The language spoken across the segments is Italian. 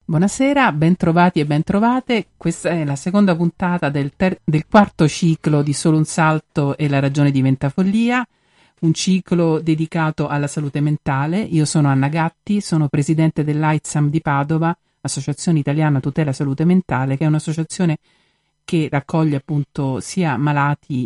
Buonasera, bentrovati e bentrovate. Questa è la seconda puntata del quarto ciclo di Solo un salto e la ragione diventa follia, un ciclo dedicato alla salute mentale. Io sono Anna Gatti, sono presidente dell'AIDSAM di Padova, Associazione Italiana Tutela Salute Mentale, che è un'associazione che raccoglie appunto sia malati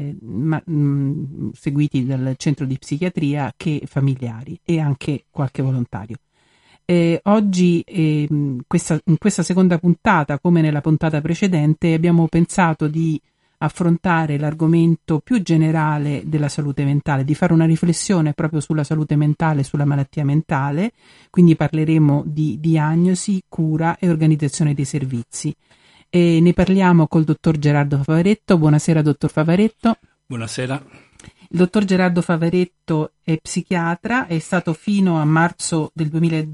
seguiti dal centro di psichiatria che familiari e anche qualche volontario. Oggi in questa seconda puntata, come nella puntata precedente, abbiamo pensato di affrontare l'argomento più generale della salute mentale, di fare una riflessione proprio sulla salute mentale, sulla malattia mentale. Quindi parleremo di diagnosi, cura e organizzazione dei servizi. E ne parliamo col dottor Gerardo Favaretto. Buonasera, dottor Favaretto. Buonasera. Il dottor Gerardo Favaretto è psichiatra, è stato fino a marzo del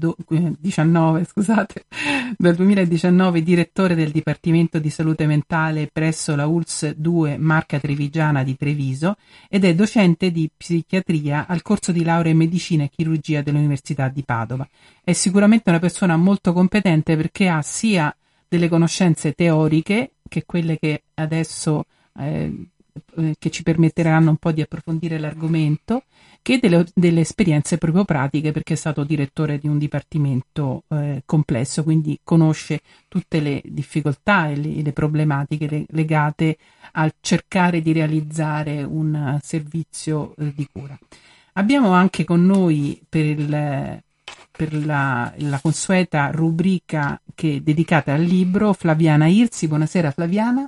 2019 direttore del Dipartimento di Salute Mentale presso la ULSS 2 Marca Trevigiana di Treviso ed è docente di psichiatria al corso di laurea in medicina e chirurgia dell'Università di Padova. È sicuramente una persona molto competente perché ha sia delle conoscenze teoriche, che quelle che adesso che ci permetteranno un po' di approfondire l'argomento, che delle esperienze proprio pratiche, perché è stato direttore di un dipartimento complesso, quindi conosce tutte le difficoltà e le problematiche legate al cercare di realizzare un servizio di cura. Abbiamo anche con noi per la consueta rubrica che è dedicata al libro Flaviana Irsi. Buonasera Flaviana.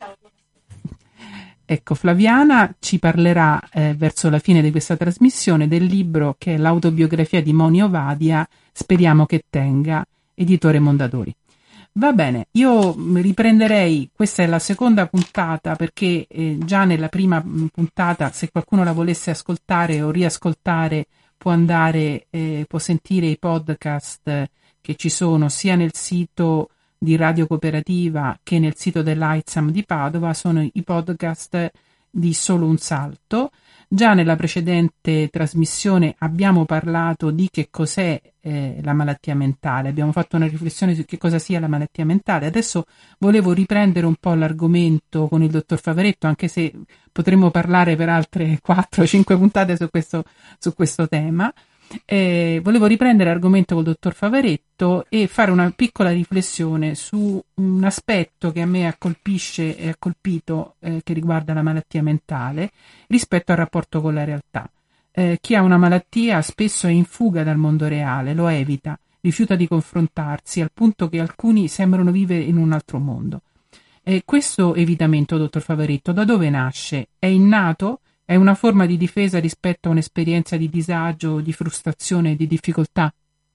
Ecco, Flaviana ci parlerà verso la fine di questa trasmissione del libro che è l'autobiografia di Moni Ovadia, Speriamo che tenga, editore Mondadori. Va bene, io riprenderei, questa è la seconda puntata perché già nella prima puntata, se qualcuno la volesse ascoltare o riascoltare, può andare, può sentire i podcast che ci sono sia nel sito di Radio Cooperativa che nel sito dell'AIDSAM di Padova. Sono i podcast di Solo un salto. Già nella precedente trasmissione abbiamo parlato di che cos'è la malattia mentale, abbiamo fatto una riflessione su che cosa sia la malattia mentale. Adesso volevo riprendere un po' l'argomento con il dottor Favaretto, anche se potremmo parlare per altre 4-5 puntate su questo tema. Volevo riprendere l'argomento col dottor Favaretto e fare una piccola riflessione su un aspetto che a me colpisce e ha colpito, che riguarda la malattia mentale rispetto al rapporto con la realtà. Chi ha una malattia spesso è in fuga dal mondo reale, lo evita, rifiuta di confrontarsi, al punto che alcuni sembrano vivere in un altro mondo. Questo evitamento, dottor Favaretto, da dove nasce? È innato? È una forma di difesa rispetto a un'esperienza di disagio, di frustrazione e di difficoltà?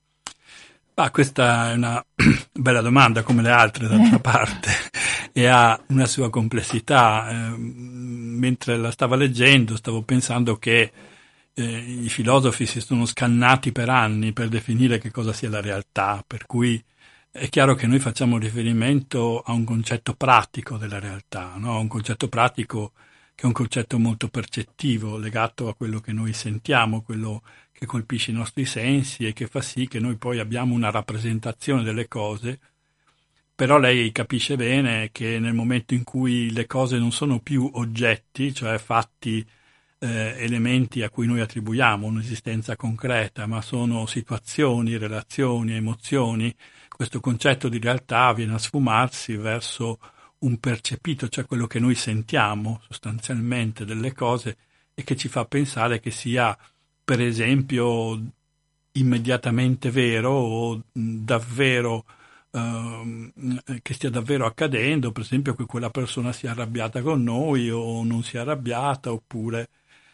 Questa è una bella domanda, come le altre d'altra parte, e ha una sua complessità. Mentre la stavo leggendo, stavo pensando che i filosofi si sono scannati per anni per definire che cosa sia la realtà, per cui è chiaro che noi facciamo riferimento a un concetto pratico della realtà, no? Un concetto pratico che è un concetto molto percettivo, legato a quello che noi sentiamo, quello che colpisce i nostri sensi e che fa sì che noi poi abbiamo una rappresentazione delle cose. Però lei capisce bene che nel momento in cui le cose non sono più oggetti, cioè fatti, elementi a cui noi attribuiamo un'esistenza concreta, ma sono situazioni, relazioni, emozioni, questo concetto di realtà viene a sfumarsi verso un percepito, cioè quello che noi sentiamo sostanzialmente delle cose e che ci fa pensare che sia, per esempio, immediatamente vero o davvero che stia davvero accadendo, per esempio che quella persona sia arrabbiata con noi o non sia arrabbiata, oppure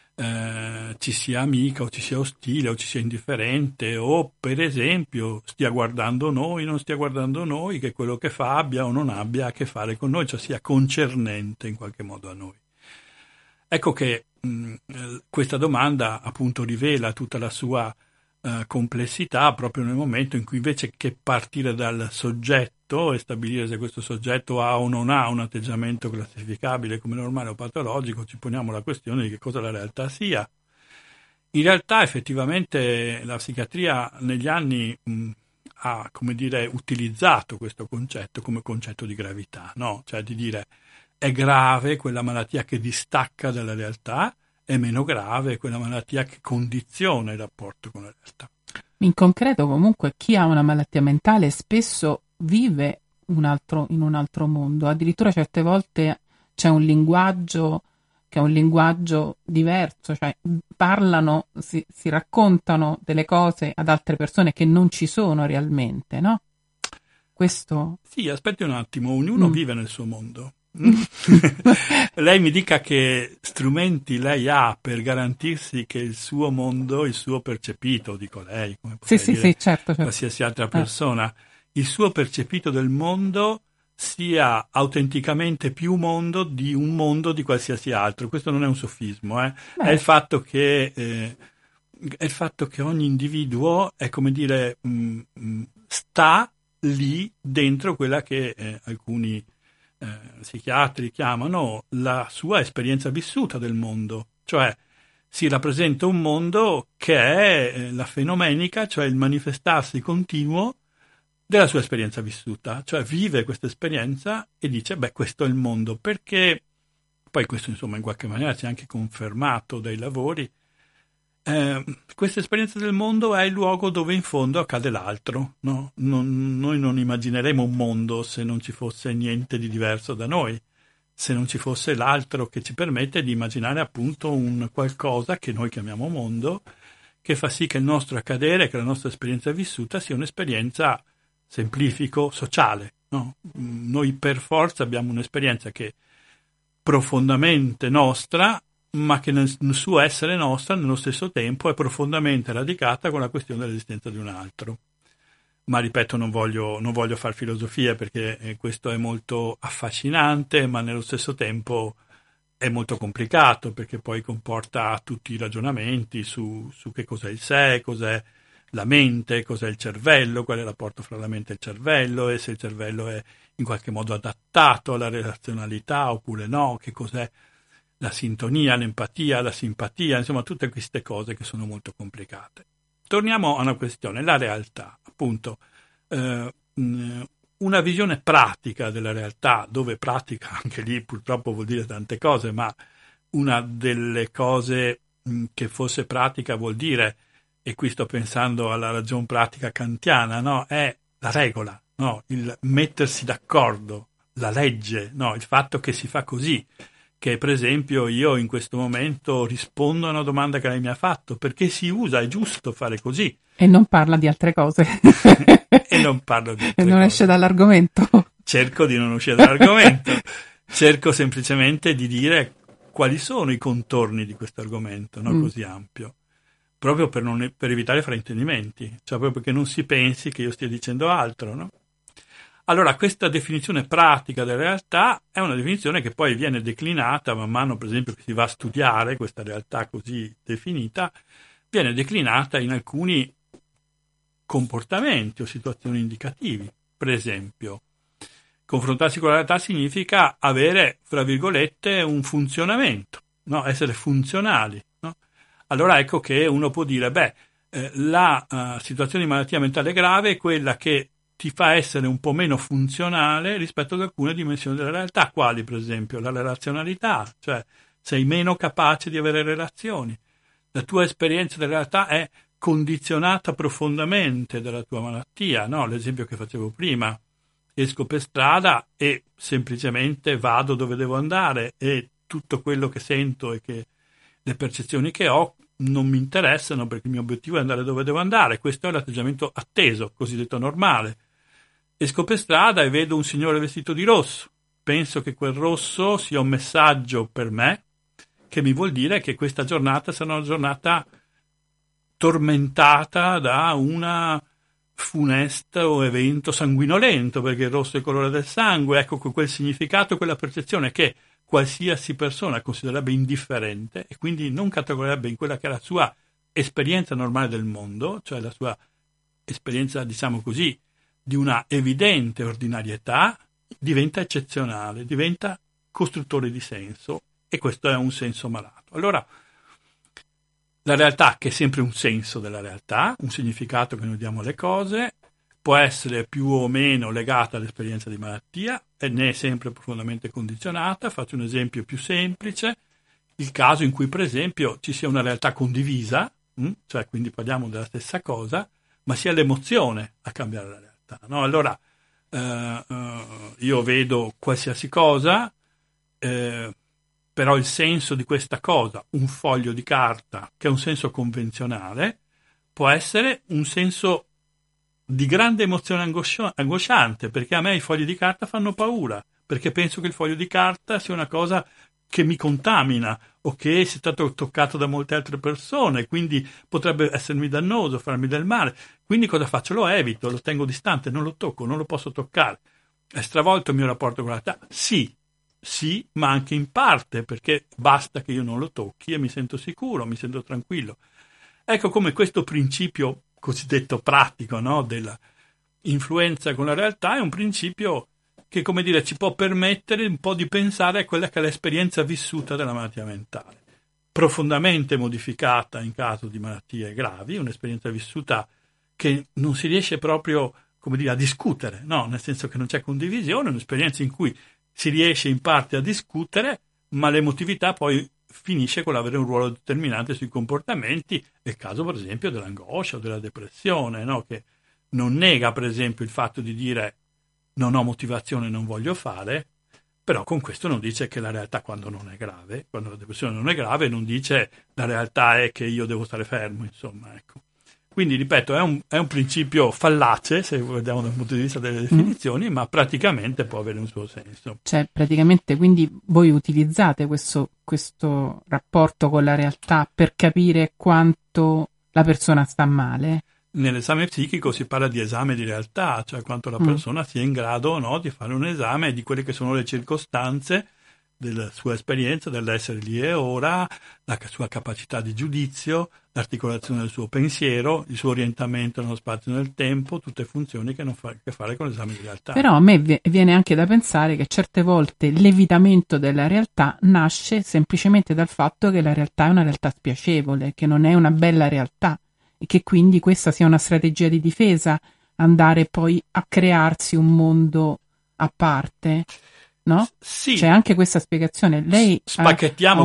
ci sia amica o ci sia ostile o ci sia indifferente, o per esempio stia guardando noi, non stia guardando noi, che quello che fa abbia o non abbia a che fare con noi, cioè sia concernente in qualche modo a noi. Ecco che questa domanda appunto rivela tutta la sua complessità proprio nel momento in cui, invece che partire dal soggetto e stabilire se questo soggetto ha o non ha un atteggiamento classificabile come normale o patologico, ci poniamo la questione di che cosa la realtà sia. In realtà effettivamente la psichiatria negli anni come dire, utilizzato questo concetto come concetto di gravità, no? Cioè di dire è grave quella malattia che distacca dalla realtà, è meno grave quella malattia che condiziona il rapporto con la realtà. In concreto, comunque, chi ha una malattia mentale spesso vive in un altro mondo, addirittura certe volte c'è un linguaggio che è un linguaggio diverso, cioè parlano, si raccontano delle cose ad altre persone che non ci sono realmente, no? Questo... Sì, aspetti un attimo, ognuno vive nel suo mondo. Lei mi dica che strumenti lei ha per garantirsi che il suo mondo, il suo percepito, dico lei, come potrei dire sì, certo. qualsiasi altra persona, il suo percepito del mondo sia autenticamente più mondo di qualsiasi altro. Questo non è un sofismo, è il fatto che ogni individuo è, come dire, sta lì dentro quella che alcuni psichiatri chiamano la sua esperienza vissuta del mondo, cioè si rappresenta un mondo che è la fenomenica, cioè il manifestarsi continuo della sua esperienza vissuta, cioè vive questa esperienza e dice beh, questo è il mondo, perché poi questo insomma in qualche maniera si è anche confermato dai lavori. Questa esperienza del mondo è il luogo dove in fondo accade l'altro, no? Noi non immagineremo un mondo se non ci fosse niente di diverso da noi, se non ci fosse l'altro che ci permette di immaginare appunto un qualcosa che noi chiamiamo mondo, che fa sì che il nostro accadere, che la nostra esperienza vissuta sia un'esperienza, semplifico, sociale, no? Noi per forza abbiamo un'esperienza che è profondamente nostra, ma che nel suo essere nostra, nello stesso tempo, è profondamente radicata con la questione dell'esistenza di un altro. Ma ripeto, non voglio far filosofia perché questo è molto affascinante, ma nello stesso tempo è molto complicato perché poi comporta tutti i ragionamenti su che cos'è il sé, cos'è la mente, cos'è il cervello, qual è il rapporto fra la mente e il cervello e se il cervello è in qualche modo adattato alla relazionalità oppure no, che cos'è la sintonia, l'empatia, la simpatia, insomma tutte queste cose che sono molto complicate. Torniamo a una questione, la realtà, appunto, una visione pratica della realtà, dove pratica anche lì purtroppo vuol dire tante cose, ma una delle cose che fosse pratica vuol dire, e qui sto pensando alla ragion pratica kantiana, no? È la regola, no? Il mettersi d'accordo, la legge, no? Il fatto che si fa così. Che per esempio io in questo momento rispondo a una domanda che lei mi ha fatto, perché si usa, è giusto fare così. E non parla di altre cose. E non parlo di altre cose. E non esce dall'argomento. Cerco di non uscire dall'argomento. Cerco semplicemente di dire quali sono i contorni di questo argomento, no? Così ampio. Proprio per evitare fraintendimenti, cioè proprio perché non si pensi che io stia dicendo altro, no? Allora, questa definizione pratica della realtà è una definizione che poi viene declinata man mano, per esempio, che si va a studiare questa realtà così definita, viene declinata in alcuni comportamenti o situazioni indicativi. Per esempio, confrontarsi con la realtà significa avere, fra virgolette, un funzionamento, no? Essere funzionali, no? Allora ecco che uno può dire, la situazione di malattia mentale grave è quella che ti fa essere un po' meno funzionale rispetto ad alcune dimensioni della realtà, quali per esempio la relazionalità, cioè sei meno capace di avere relazioni. La tua esperienza della realtà è condizionata profondamente dalla tua malattia, no? L'esempio che facevo prima, esco per strada e semplicemente vado dove devo andare e tutto quello che sento e che le percezioni che ho non mi interessano perché il mio obiettivo è andare dove devo andare. Questo è l'atteggiamento atteso, cosiddetto normale. Esco per strada e vedo un signore vestito di rosso. Penso che quel rosso sia un messaggio per me che mi vuol dire che questa giornata sarà una giornata tormentata da una funesto evento sanguinolento, perché il rosso è il colore del sangue. Ecco, quel significato, quella percezione che qualsiasi persona considererebbe indifferente e quindi non categorizzerebbe in quella che è la sua esperienza normale del mondo, cioè la sua esperienza, diciamo così, di una evidente ordinarietà, diventa eccezionale, diventa costruttore di senso, e questo è un senso malato. Allora, la realtà, che è sempre un senso della realtà, un significato che noi diamo alle cose, può essere più o meno legata all'esperienza di malattia e ne è sempre profondamente condizionata. Faccio un esempio più semplice: il caso in cui per esempio ci sia una realtà condivisa, cioè quindi parliamo della stessa cosa, ma sia l'emozione a cambiare la realtà, no? Allora io vedo qualsiasi cosa, però il senso di questa cosa, un foglio di carta, che è un senso convenzionale, può essere un senso di grande emozione angosciante, perché a me i fogli di carta fanno paura, perché penso che il foglio di carta sia una cosa che mi contamina o che sia stato toccato da molte altre persone, quindi potrebbe essermi dannoso, farmi del male. Quindi cosa faccio? Lo evito, lo tengo distante, non lo tocco, non lo posso toccare. È stravolto il mio rapporto con la realtà? Sì, ma anche in parte, perché basta che io non lo tocchi e mi sento sicuro, mi sento tranquillo. Ecco come questo principio cosiddetto pratico, no, della influenza con la realtà è un principio che, come dire, ci può permettere un po' di pensare a quella che è l'esperienza vissuta della malattia mentale, profondamente modificata in caso di malattie gravi, un'esperienza vissuta che non si riesce proprio, come dire, a discutere, no? Nel senso che non c'è condivisione, un'esperienza in cui si riesce in parte a discutere, ma l'emotività poi finisce con l'avere un ruolo determinante sui comportamenti. È il caso, per esempio, dell'angoscia o della depressione, no? Che non nega, per esempio, il fatto di dire non ho motivazione, non voglio fare, però con questo non dice che la realtà, quando non è grave, quando la depressione non è grave, non dice la realtà è che io devo stare fermo, insomma, ecco. Quindi, ripeto, è un principio fallace, se guardiamo dal punto di vista delle definizioni, ma praticamente può avere un suo senso. Cioè, praticamente, quindi voi utilizzate questo rapporto con la realtà per capire quanto la persona sta male? Nell'esame psichico si parla di esame di realtà, cioè quanto la persona sia in grado o no di fare un esame di quelle che sono le circostanze della sua esperienza, dell'essere lì e ora, la sua capacità di giudizio, l'articolazione del suo pensiero, il suo orientamento nello spazio e nel tempo, tutte funzioni che non ha a che fare con l'esame di realtà. Però a me viene anche da pensare che certe volte l'evitamento della realtà nasce semplicemente dal fatto che la realtà è una realtà spiacevole, che non è una bella realtà, e che quindi questa sia una strategia di difesa, andare poi a crearsi un mondo a parte, no? Sì. C'è anche questa spiegazione. Lei spacchettiamo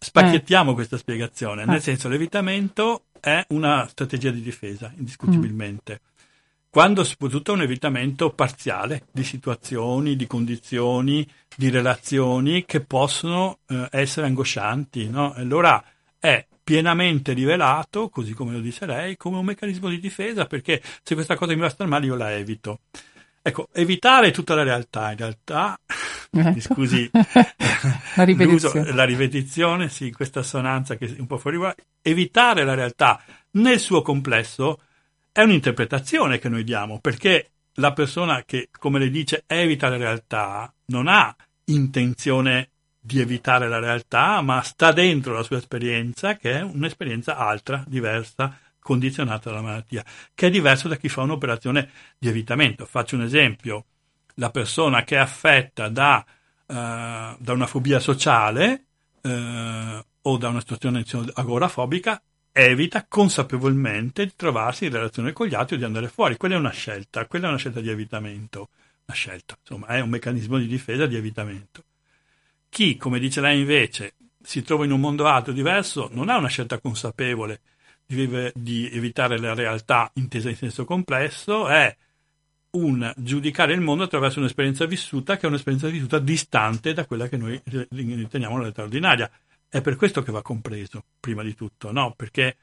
questa spiegazione, nel senso, l'evitamento è una strategia di difesa, indiscutibilmente. Quando soprattutto è un evitamento parziale di situazioni, di condizioni, di relazioni che possono essere angoscianti, no? Allora è pienamente rivelato, così come lo dice lei, come un meccanismo di difesa, perché se questa cosa mi va a star male io la evito. Ecco, evitare tutta la realtà, in realtà, mi scusi, la ripetizione, sì, questa assonanza che è un po' fuori guardia, evitare la realtà nel suo complesso è un'interpretazione che noi diamo, perché la persona che, come le dice, evita la realtà non ha intenzione di evitare la realtà, ma sta dentro la sua esperienza, che è un'esperienza altra, diversa, condizionata dalla malattia, che è diverso da chi fa un'operazione di evitamento. Faccio un esempio: la persona che è affetta da una fobia sociale o da una situazione agorafobica evita consapevolmente di trovarsi in relazione con gli altri o di andare fuori. Quella è una scelta di evitamento, insomma, è un meccanismo di difesa, di evitamento. Chi, come dice lei invece, si trova in un mondo altro, diverso, non ha una scelta consapevole di evitare la realtà intesa in senso complesso, è un giudicare il mondo attraverso un'esperienza vissuta, che è un'esperienza vissuta distante da quella che noi riteniamo una realtà ordinaria. È per questo che va compreso, prima di tutto, no? Perché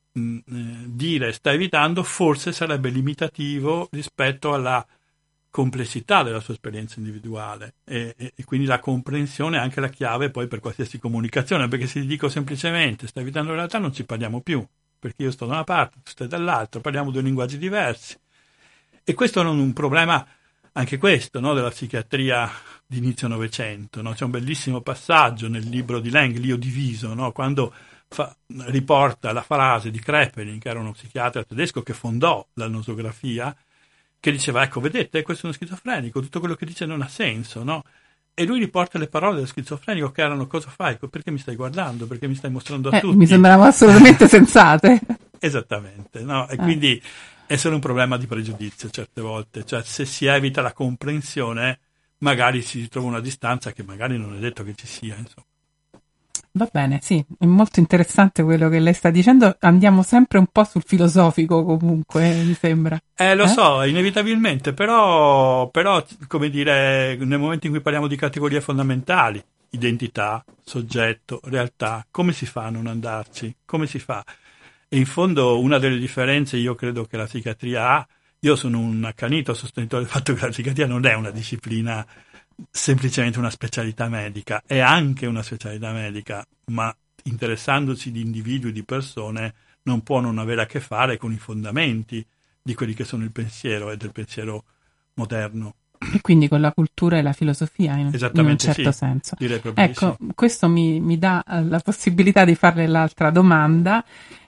dire sta evitando forse sarebbe limitativo rispetto alla complessità della sua esperienza individuale e quindi la comprensione è anche la chiave poi per qualsiasi comunicazione, perché se gli dico semplicemente sta evitando la realtà non ci parliamo più, perché io sto da una parte, tu stai dall'altra, parliamo due linguaggi diversi. E questo è un problema, anche questo, no, della psichiatria di inizio Novecento, no? C'è un bellissimo passaggio nel libro di Lang, L'Io diviso, no? Quando riporta la frase di Kraepelin, che era uno psichiatra tedesco che fondò la nosografia, che diceva, ecco, vedete, questo è uno schizofrenico, tutto quello che dice non ha senso, no? E lui riporta le parole dello schizofrenico che erano: cosa fai? Perché mi stai guardando? Perché mi stai mostrando a tutti? Mi sembravano assolutamente sensate. Esattamente, no? E quindi è solo un problema di pregiudizio certe volte, cioè se si evita la comprensione magari si trova una distanza che magari non è detto che ci sia, insomma. Va bene, sì, è molto interessante quello che lei sta dicendo. Andiamo sempre un po' sul filosofico comunque, mi sembra. Lo so, inevitabilmente, però, come dire, nel momento in cui parliamo di categorie fondamentali, identità, soggetto, realtà, come si fa a non andarci? Come si fa? E in fondo una delle differenze io credo che la psichiatria ha, io sono un accanito sostenitore del fatto che la psichiatria non è una disciplina semplicemente una specialità medica, è anche una specialità medica, ma interessandosi di individui, di persone, non può non avere a che fare con i fondamenti di quelli che sono il pensiero e del pensiero moderno. E quindi con la cultura e la filosofia in un certo senso. Direi proprio ecco, di sì. Questo mi dà la possibilità di farle l'altra domanda,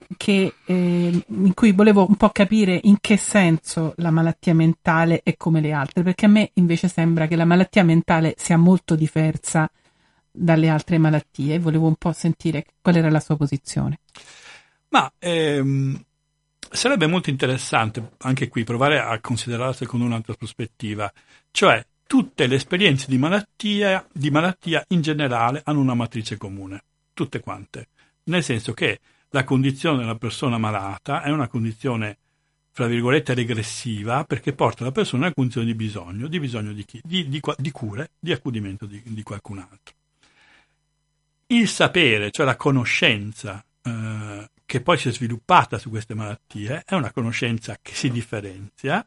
in cui volevo un po' capire in che senso la malattia mentale è come le altre, perché a me invece sembra che la malattia mentale sia molto diversa dalle altre malattie e volevo un po' sentire qual era la sua posizione. Ma sarebbe molto interessante anche qui provare a considerarla secondo un'altra prospettiva, cioè tutte le esperienze di malattia in generale hanno una matrice comune, tutte quante, nel senso che la condizione della persona malata è una condizione, fra virgolette, regressiva, perché porta la persona a una condizione di bisogno di chi? Di cure, di accudimento di qualcun altro. Il sapere, cioè la conoscenza che poi si è sviluppata su queste malattie, è una conoscenza che si differenzia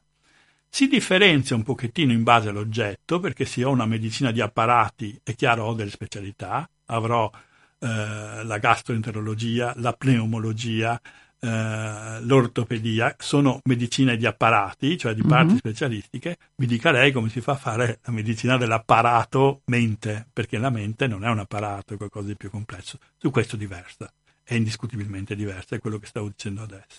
un pochettino in base all'oggetto, perché se ho una medicina di apparati, è chiaro, ho delle specialità, avrò la gastroenterologia, la pneumologia, l'ortopedia, sono medicine di apparati, cioè di parti specialistiche. Mi dica lei come si fa a fare la medicina dell'apparato mente, perché la mente non è un apparato, è qualcosa di più complesso. Su questo diversa, è indiscutibilmente diversa, è quello che stavo dicendo adesso.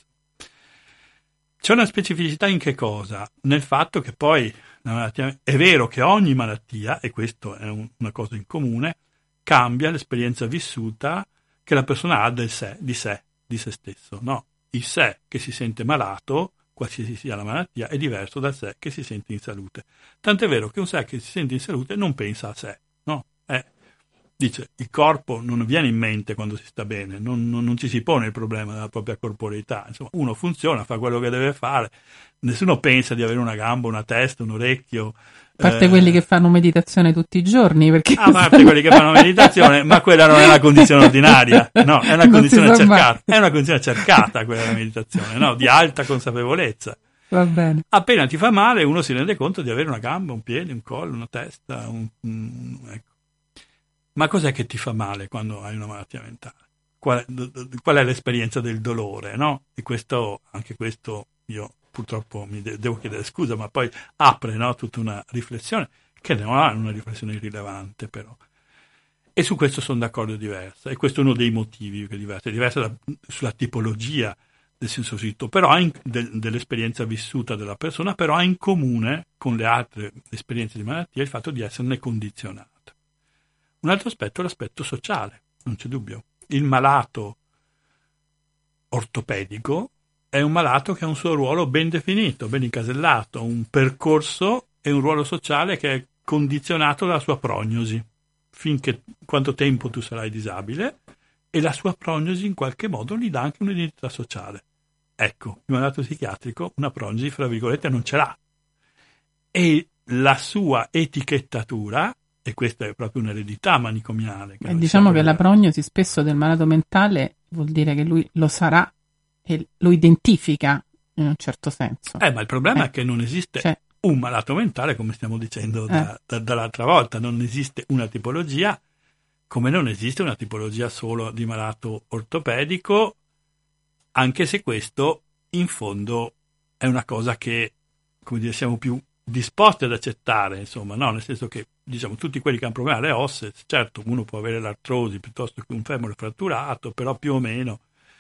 C'è una specificità in che cosa? Nel fatto che poi la malattia, è vero che ogni malattia, e questo è una cosa in comune, cambia l'esperienza vissuta che la persona ha di se stesso. No, il sé che si sente malato, qualsiasi sia la malattia, è diverso dal sé che si sente in salute. Tant'è vero che un sé che si sente in salute non pensa a sé, no? Dice, il corpo non viene in mente quando si sta bene, non ci si pone il problema della propria corporeità. Insomma, uno funziona, fa quello che deve fare, nessuno pensa di avere una gamba, una testa, un orecchio. A parte quelli che fanno meditazione tutti i giorni. Perché a parte quelli che fanno meditazione, ma quella non è una condizione ordinaria, no, è una condizione cercata. È una condizione cercata quella della meditazione, no, di alta consapevolezza. Va bene. Appena ti fa male, uno si rende conto di avere una gamba, un piede, un collo, una testa, ecco. Ma cos'è che ti fa male quando hai una malattia mentale? Qual è l'esperienza del dolore, no? E anche questo io purtroppo devo chiedere scusa, ma poi apre, no, tutta una riflessione che non è una riflessione irrilevante, però. E su questo sono d'accordo, diversa, e questo è uno dei motivi che è diversa sulla tipologia del senso scritto, però ha dell'esperienza vissuta della persona, però ha in comune con le altre esperienze di malattia il fatto di esserne condizionata. Un altro aspetto è l'aspetto sociale, non c'è dubbio. Il malato ortopedico è un malato che ha un suo ruolo ben definito, ben incasellato, un percorso e un ruolo sociale che è condizionato dalla sua prognosi, finché quanto tempo tu sarai disabile, e la sua prognosi in qualche modo gli dà anche un'identità sociale. Ecco, il malato psichiatrico una prognosi, fra virgolette, non ce l'ha. E la sua etichettatura, e questa è proprio un'eredità manicomiale. E diciamo che la prognosi spesso del malato mentale vuol dire che lui lo sarà e lo identifica in un certo senso. Ma il problema è che non esiste un malato mentale, come stiamo dicendo dall'altra volta, non esiste una tipologia, come non esiste una tipologia solo di malato ortopedico, anche se questo in fondo è una cosa che, come dire, siamo più disposti ad accettare, insomma, no? Nel senso che, diciamo, tutti quelli che hanno problemi alle ossa, certo, uno può avere l'artrosi piuttosto che un femore fratturato, però più o meno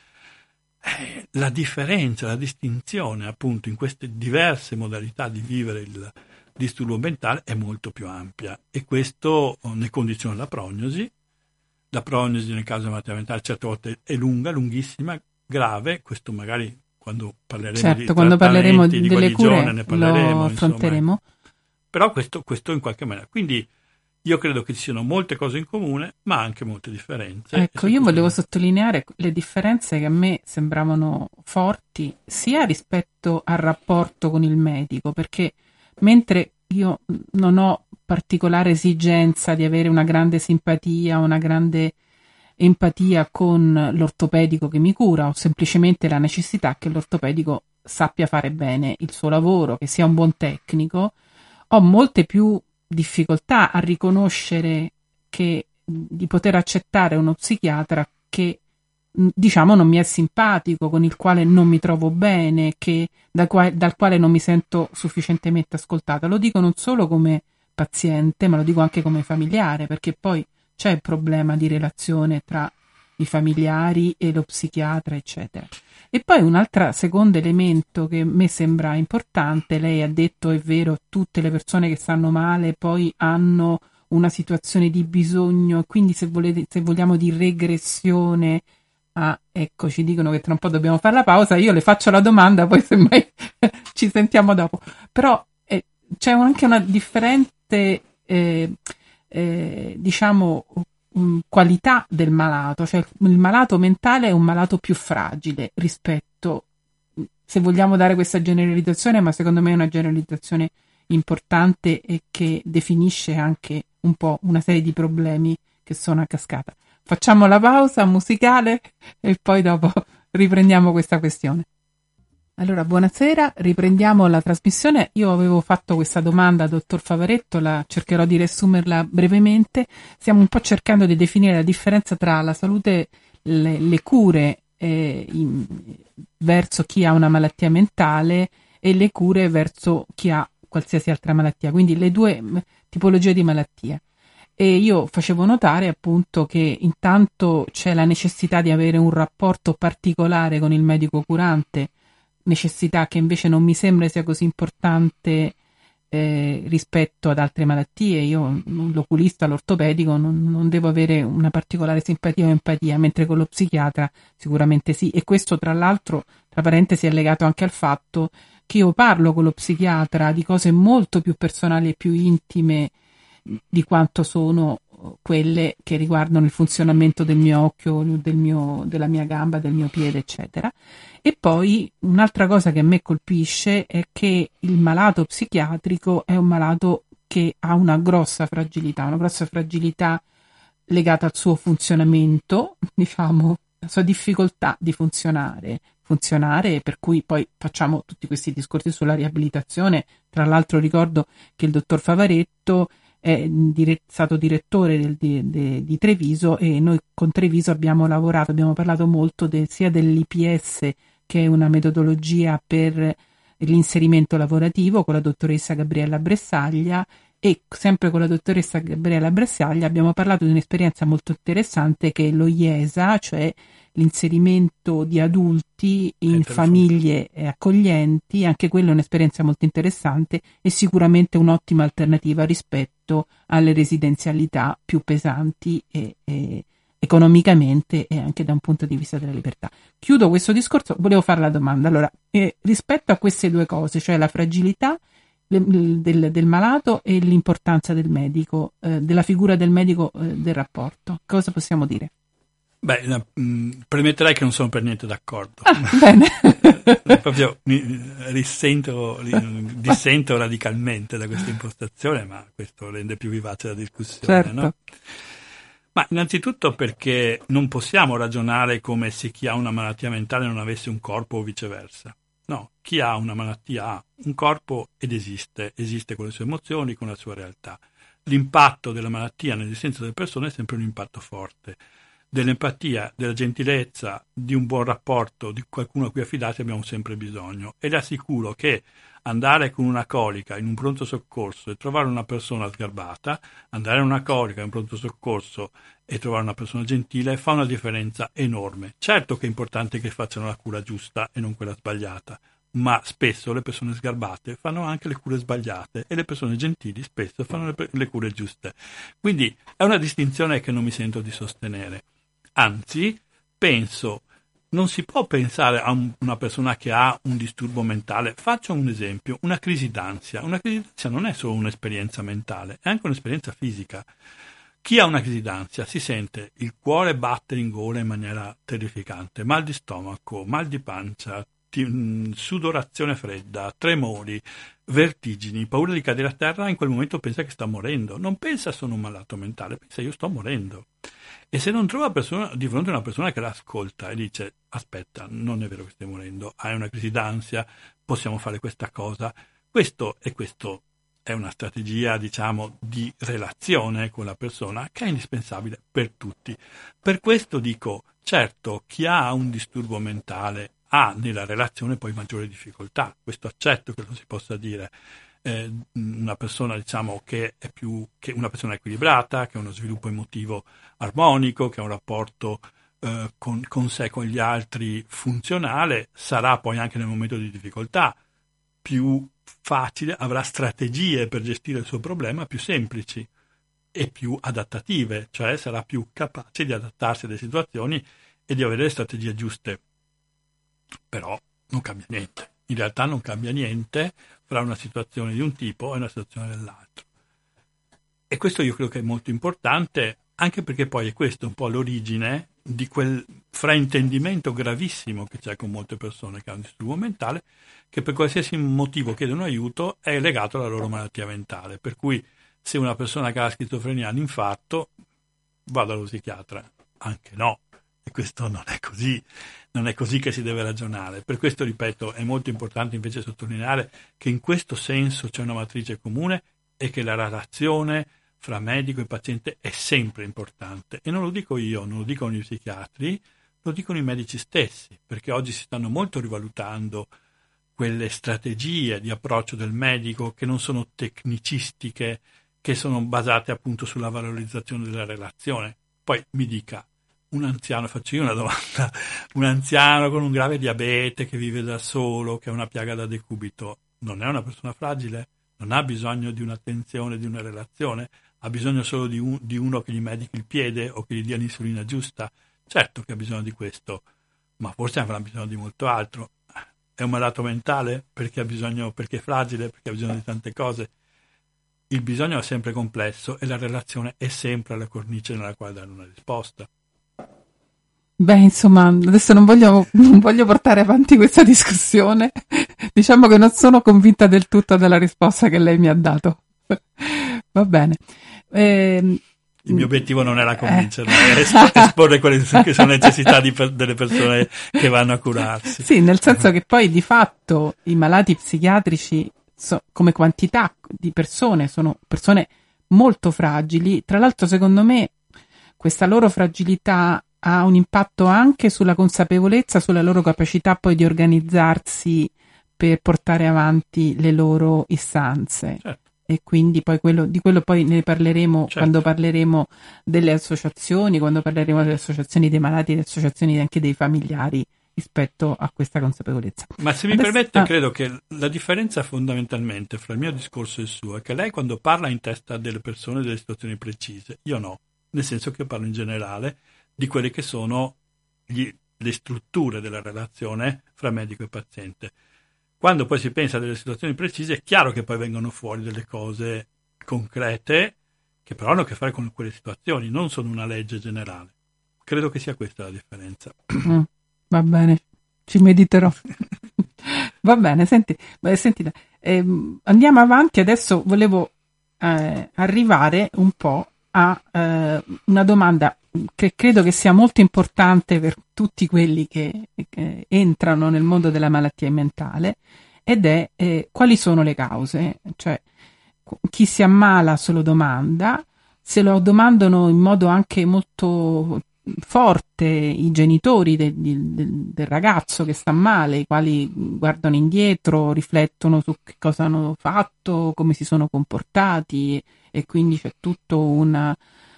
la differenza, la distinzione, appunto, in queste diverse modalità di vivere il disturbo mentale è molto più ampia, e questo ne condiziona la prognosi. La prognosi nel caso della malattia mentale certe volte è lunga, lunghissima, grave, questo magari quando parleremo certo, quando parleremo delle cure ne parleremo, lo affronteremo. Insomma. Però questo in qualche maniera. Quindi io credo che ci siano molte cose in comune, ma anche molte differenze. Ecco, io volevo sottolineare le differenze che a me sembravano forti, sia rispetto al rapporto con il medico, perché mentre io non ho particolare esigenza di avere una grande simpatia, una grande empatia con l'ortopedico che mi cura, ho semplicemente la necessità che l'ortopedico sappia fare bene il suo lavoro, che sia un buon tecnico, ho molte più difficoltà a riconoscere che di poter accettare uno psichiatra che diciamo non mi è simpatico, con il quale non mi trovo bene, dal quale non mi sento sufficientemente ascoltata. Lo dico non solo come paziente, ma lo dico anche come familiare, perché poi c'è il problema di relazione tra i familiari e lo psichiatra, eccetera. E poi un altro secondo elemento che a me sembra importante, lei ha detto, è vero, tutte le persone che stanno male poi hanno una situazione di bisogno, quindi se vogliamo di regressione, ecco, ci dicono che tra un po' dobbiamo fare la pausa, io le faccio la domanda, poi semmai ci sentiamo dopo. Però c'è anche una differente, diciamo, qualità del malato, cioè il malato mentale è un malato più fragile rispetto, se vogliamo dare questa generalizzazione, ma secondo me è una generalizzazione importante e che definisce anche un po' una serie di problemi che sono a cascata. Facciamo la pausa musicale e poi dopo riprendiamo questa questione. Allora, buonasera, riprendiamo la trasmissione. Io avevo fatto questa domanda al dottor Favaretto, cercherò di riassumerla brevemente. Stiamo un po' cercando di definire la differenza tra la salute, le cure verso chi ha una malattia mentale e le cure verso chi ha qualsiasi altra malattia, quindi le due tipologie di malattia. E io facevo notare appunto che intanto c'è la necessità di avere un rapporto particolare con il medico curante, necessità che invece non mi sembra sia così importante rispetto ad altre malattie. Io, l'oculista, l'ortopedico, non devo avere una particolare simpatia o empatia, mentre con lo psichiatra sicuramente sì. E questo, tra l'altro, tra parentesi, è legato anche al fatto che io parlo con lo psichiatra di cose molto più personali e più intime di quanto sono quelle che riguardano il funzionamento del mio occhio, della mia gamba, del mio piede, eccetera. E poi un'altra cosa che a me colpisce è che il malato psichiatrico è un malato che ha una grossa fragilità legata al suo funzionamento, diciamo, la sua difficoltà di funzionare, per cui poi facciamo tutti questi discorsi sulla riabilitazione. Tra l'altro ricordo che il dottor Favaretto è stato direttore di Treviso, e noi con Treviso abbiamo parlato molto sia dell'IPS, che è una metodologia per l'inserimento lavorativo, con la dottoressa Gabriella Bressaglia, e sempre con la dottoressa Gabriella Bressaglia abbiamo parlato di un'esperienza molto interessante che è lo IESA, cioè l'inserimento di adulti in famiglie accoglienti. Anche quella è un'esperienza molto interessante e sicuramente un'ottima alternativa rispetto alle residenzialità più pesanti e economicamente e anche da un punto di vista della libertà. Chiudo questo discorso, volevo fare la domanda. Allora, rispetto a queste due cose, cioè la fragilità del malato e l'importanza del medico, della figura del medico, del rapporto, cosa possiamo dire? Beh, premetterei che non sono per niente d'accordo. Bene. Proprio dissento radicalmente da questa impostazione, ma questo rende più vivace la discussione, certo. No? Ma innanzitutto perché non possiamo ragionare come se chi ha una malattia mentale non avesse un corpo o viceversa. No, chi ha una malattia ha un corpo ed esiste con le sue emozioni, con la sua realtà. L'impatto della malattia nell'esistenza delle persone è sempre un impatto forte. Dell'empatia, della gentilezza, di un buon rapporto, di qualcuno a cui affidarsi abbiamo sempre bisogno. E le assicuro che andare con una colica in un pronto soccorso e trovare una persona sgarbata, andare in una colica in un pronto soccorso e trovare una persona gentile fa una differenza enorme. Certo che è importante che facciano la cura giusta e non quella sbagliata, ma spesso le persone sgarbate fanno anche le cure sbagliate e le persone gentili spesso fanno le cure giuste. Quindi è una distinzione che non mi sento di sostenere. Anzi, penso non si può pensare a una persona che ha un disturbo mentale. Faccio un esempio, una crisi d'ansia. Una crisi d'ansia non è solo un'esperienza mentale, è anche un'esperienza fisica. Chi ha una crisi d'ansia si sente il cuore battere in gola in maniera terrificante, mal di stomaco, mal di pancia, sudorazione fredda, tremori, vertigini, paura di cadere a terra. In quel momento pensa che sta morendo, non pensa sono un malato mentale, pensa io sto morendo. E se non trova di fronte a una persona che l'ascolta e dice aspetta, non è vero che stai morendo, hai una crisi d'ansia, possiamo fare questa cosa, questo è una strategia, diciamo, di relazione con la persona che è indispensabile per tutti. Per questo dico, certo, chi ha un disturbo mentale ha nella relazione poi maggiore difficoltà, questo accetto che lo si possa dire. Una persona, diciamo, che è che una persona equilibrata, che ha uno sviluppo emotivo armonico, che ha un rapporto con sé, con gli altri funzionale, sarà poi anche nel momento di difficoltà più facile, avrà strategie per gestire il suo problema più semplici e più adattative, cioè sarà più capace di adattarsi alle situazioni e di avere le strategie giuste. Però non cambia niente. In realtà non cambia niente fra una situazione di un tipo e una situazione dell'altro. E questo io credo che è molto importante, anche perché poi è questo un po' l'origine di quel fraintendimento gravissimo che c'è con molte persone che hanno un disturbo mentale, che per qualsiasi motivo chiedono aiuto è legato alla loro malattia mentale. Per cui se una persona che ha la schizofrenia ha un infarto, va dallo psichiatra. Anche no. E questo non è così. Non è così che si deve ragionare. Per questo, ripeto, è molto importante invece sottolineare che in questo senso c'è una matrice comune e che la relazione fra medico e paziente è sempre importante. E non lo dico io, non lo dicono gli psichiatri, lo dicono i medici stessi, perché oggi si stanno molto rivalutando quelle strategie di approccio del medico che non sono tecnicistiche, che sono basate appunto sulla valorizzazione della relazione. Poi mi dica, un anziano, faccio io una domanda, un anziano con un grave diabete che vive da solo, che ha una piaga da decubito, non è una persona fragile? Non ha bisogno di un'attenzione, di una relazione? Ha bisogno solo di uno che gli medichi il piede o che gli dia l'insulina giusta? Certo che ha bisogno di questo, ma forse avrà bisogno di molto altro. È un malato mentale perché è fragile, perché ha bisogno di tante cose. Il bisogno è sempre complesso e la relazione è sempre la cornice nella quale dare una risposta. Beh, insomma, adesso non voglio portare avanti questa discussione. Diciamo che non sono convinta del tutto della risposta che lei mi ha dato. Va bene. Il mio obiettivo non era convincerla, è esporre quelle che sono necessità delle persone che vanno a curarsi. Sì, nel senso che poi di fatto i malati psichiatrici come quantità di persone sono persone molto fragili. Tra l'altro, secondo me, questa loro fragilità ha un impatto anche sulla consapevolezza, sulla loro capacità poi di organizzarsi per portare avanti le loro istanze. Certo. E quindi poi di quello poi ne parleremo, certo, quando parleremo delle associazioni, quando parleremo delle associazioni dei malati, delle associazioni anche dei familiari rispetto a questa consapevolezza. Ma se mi permette, credo che la differenza fondamentalmente fra il mio discorso e il suo è che lei quando parla in testa delle persone delle situazioni precise, io no, nel senso che io parlo in generale di quelle che sono le strutture della relazione fra medico e paziente. Quando poi si pensa a delle situazioni precise è chiaro che poi vengono fuori delle cose concrete che però hanno a che fare con quelle situazioni, non sono una legge generale. Credo che sia questa la differenza. Va bene, ci mediterò. Va bene, senti, andiamo avanti. Adesso volevo arrivare un po' a una domanda che credo che sia molto importante per tutti quelli che entrano nel mondo della malattia mentale, ed è quali sono le cause. Cioè, chi si ammala se lo domanda, se lo domandano in modo anche molto forte i genitori del ragazzo che sta male, i quali guardano indietro, riflettono su che cosa hanno fatto, come si sono comportati, e quindi c'è tutto un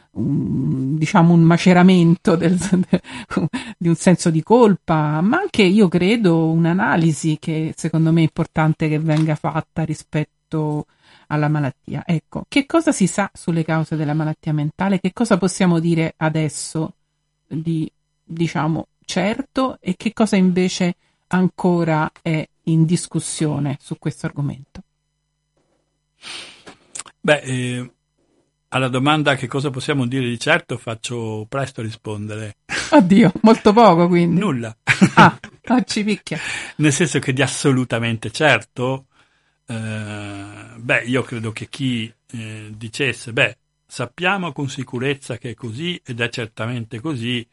maceramento di un senso di colpa, ma anche, io credo, un'analisi che secondo me è importante che venga fatta rispetto alla malattia. Ecco, che cosa si sa sulle cause della malattia mentale? Che cosa possiamo dire adesso di certo e che cosa invece ancora è in discussione su questo argomento? Alla domanda che cosa possiamo dire di certo faccio presto a rispondere. Oddio, molto poco quindi. Nulla. Ci picchia. Nel senso che di assolutamente certo, io credo che chi dicesse, sappiamo con sicurezza che è così ed è certamente così,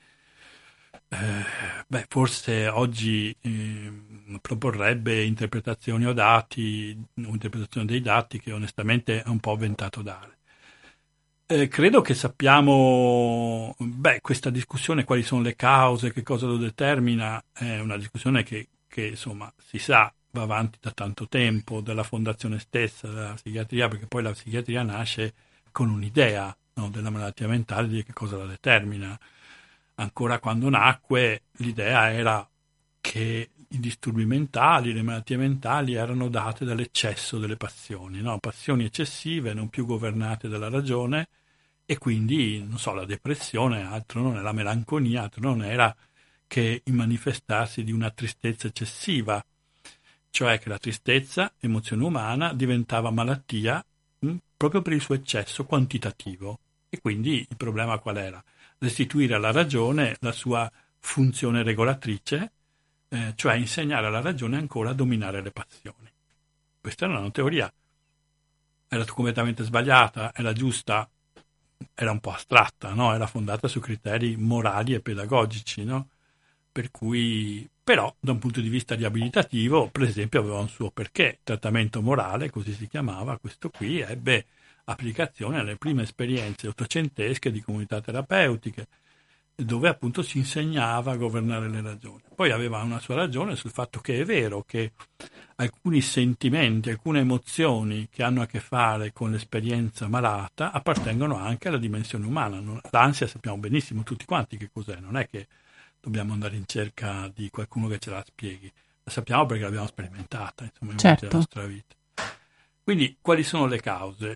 forse oggi proporrebbe interpretazioni o dati, interpretazione dei dati che onestamente è un po' avventato dare. Credo che sappiamo, questa discussione, quali sono le cause, che cosa lo determina, è una discussione che insomma si sa va avanti da tanto tempo, dalla fondazione stessa della psichiatria, perché poi la psichiatria nasce con un'idea, no, della malattia mentale, di che cosa la determina. Ancora quando nacque l'idea era che i disturbi mentali, le malattie mentali erano date dall'eccesso delle passioni, no? Passioni eccessive, non più governate dalla ragione, e quindi, non so, la depressione altro non è, la melanconia altro non era che il manifestarsi di una tristezza eccessiva, cioè che la tristezza, emozione umana, diventava malattia proprio per il suo eccesso quantitativo. E quindi il problema qual era? Restituire alla ragione la sua funzione regolatrice, cioè insegnare alla ragione ancora a dominare le passioni. Questa era una teoria, era completamente sbagliata, era giusta, era un po' astratta, no? Era fondata su criteri morali e pedagogici, no? Per cui, però, da un punto di vista riabilitativo, per esempio, aveva un suo perché. Il trattamento morale, così si chiamava, questo qui ebbe applicazione alle prime esperienze ottocentesche di comunità terapeutiche, dove appunto si insegnava a governare le ragioni. Poi aveva una sua ragione sul fatto che è vero che alcuni sentimenti, alcune emozioni che hanno a che fare con l'esperienza malata appartengono anche alla dimensione umana. L'ansia sappiamo benissimo tutti quanti che cos'è, non è che dobbiamo andare in cerca di qualcuno che ce la spieghi, la sappiamo perché l'abbiamo sperimentata, insomma, certo, nella nostra vita. Quindi quali sono le cause?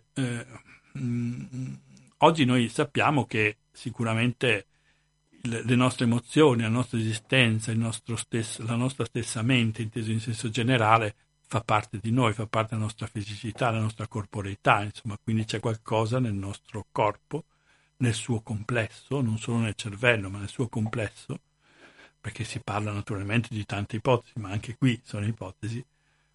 Oggi noi sappiamo che sicuramente le nostre emozioni, la nostra esistenza, la nostra stessa mente, inteso in senso generale, fa parte di noi, fa parte della nostra fisicità, della nostra corporeità, insomma, quindi c'è qualcosa nel nostro corpo, nel suo complesso, non solo nel cervello, ma nel suo complesso, perché si parla naturalmente di tante ipotesi, ma anche qui sono ipotesi,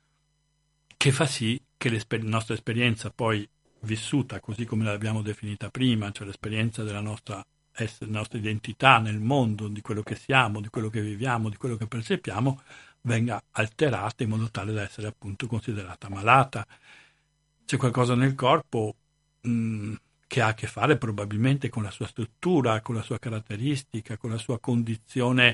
che fa sì che la nostra esperienza poi vissuta, così come l'abbiamo definita prima, cioè l'esperienza della nostra identità nel mondo, di quello che siamo, di quello che viviamo, di quello che percepiamo, venga alterata in modo tale da essere appunto considerata malata. C'è qualcosa nel corpo che ha a che fare probabilmente con la sua struttura, con la sua caratteristica, con la sua condizione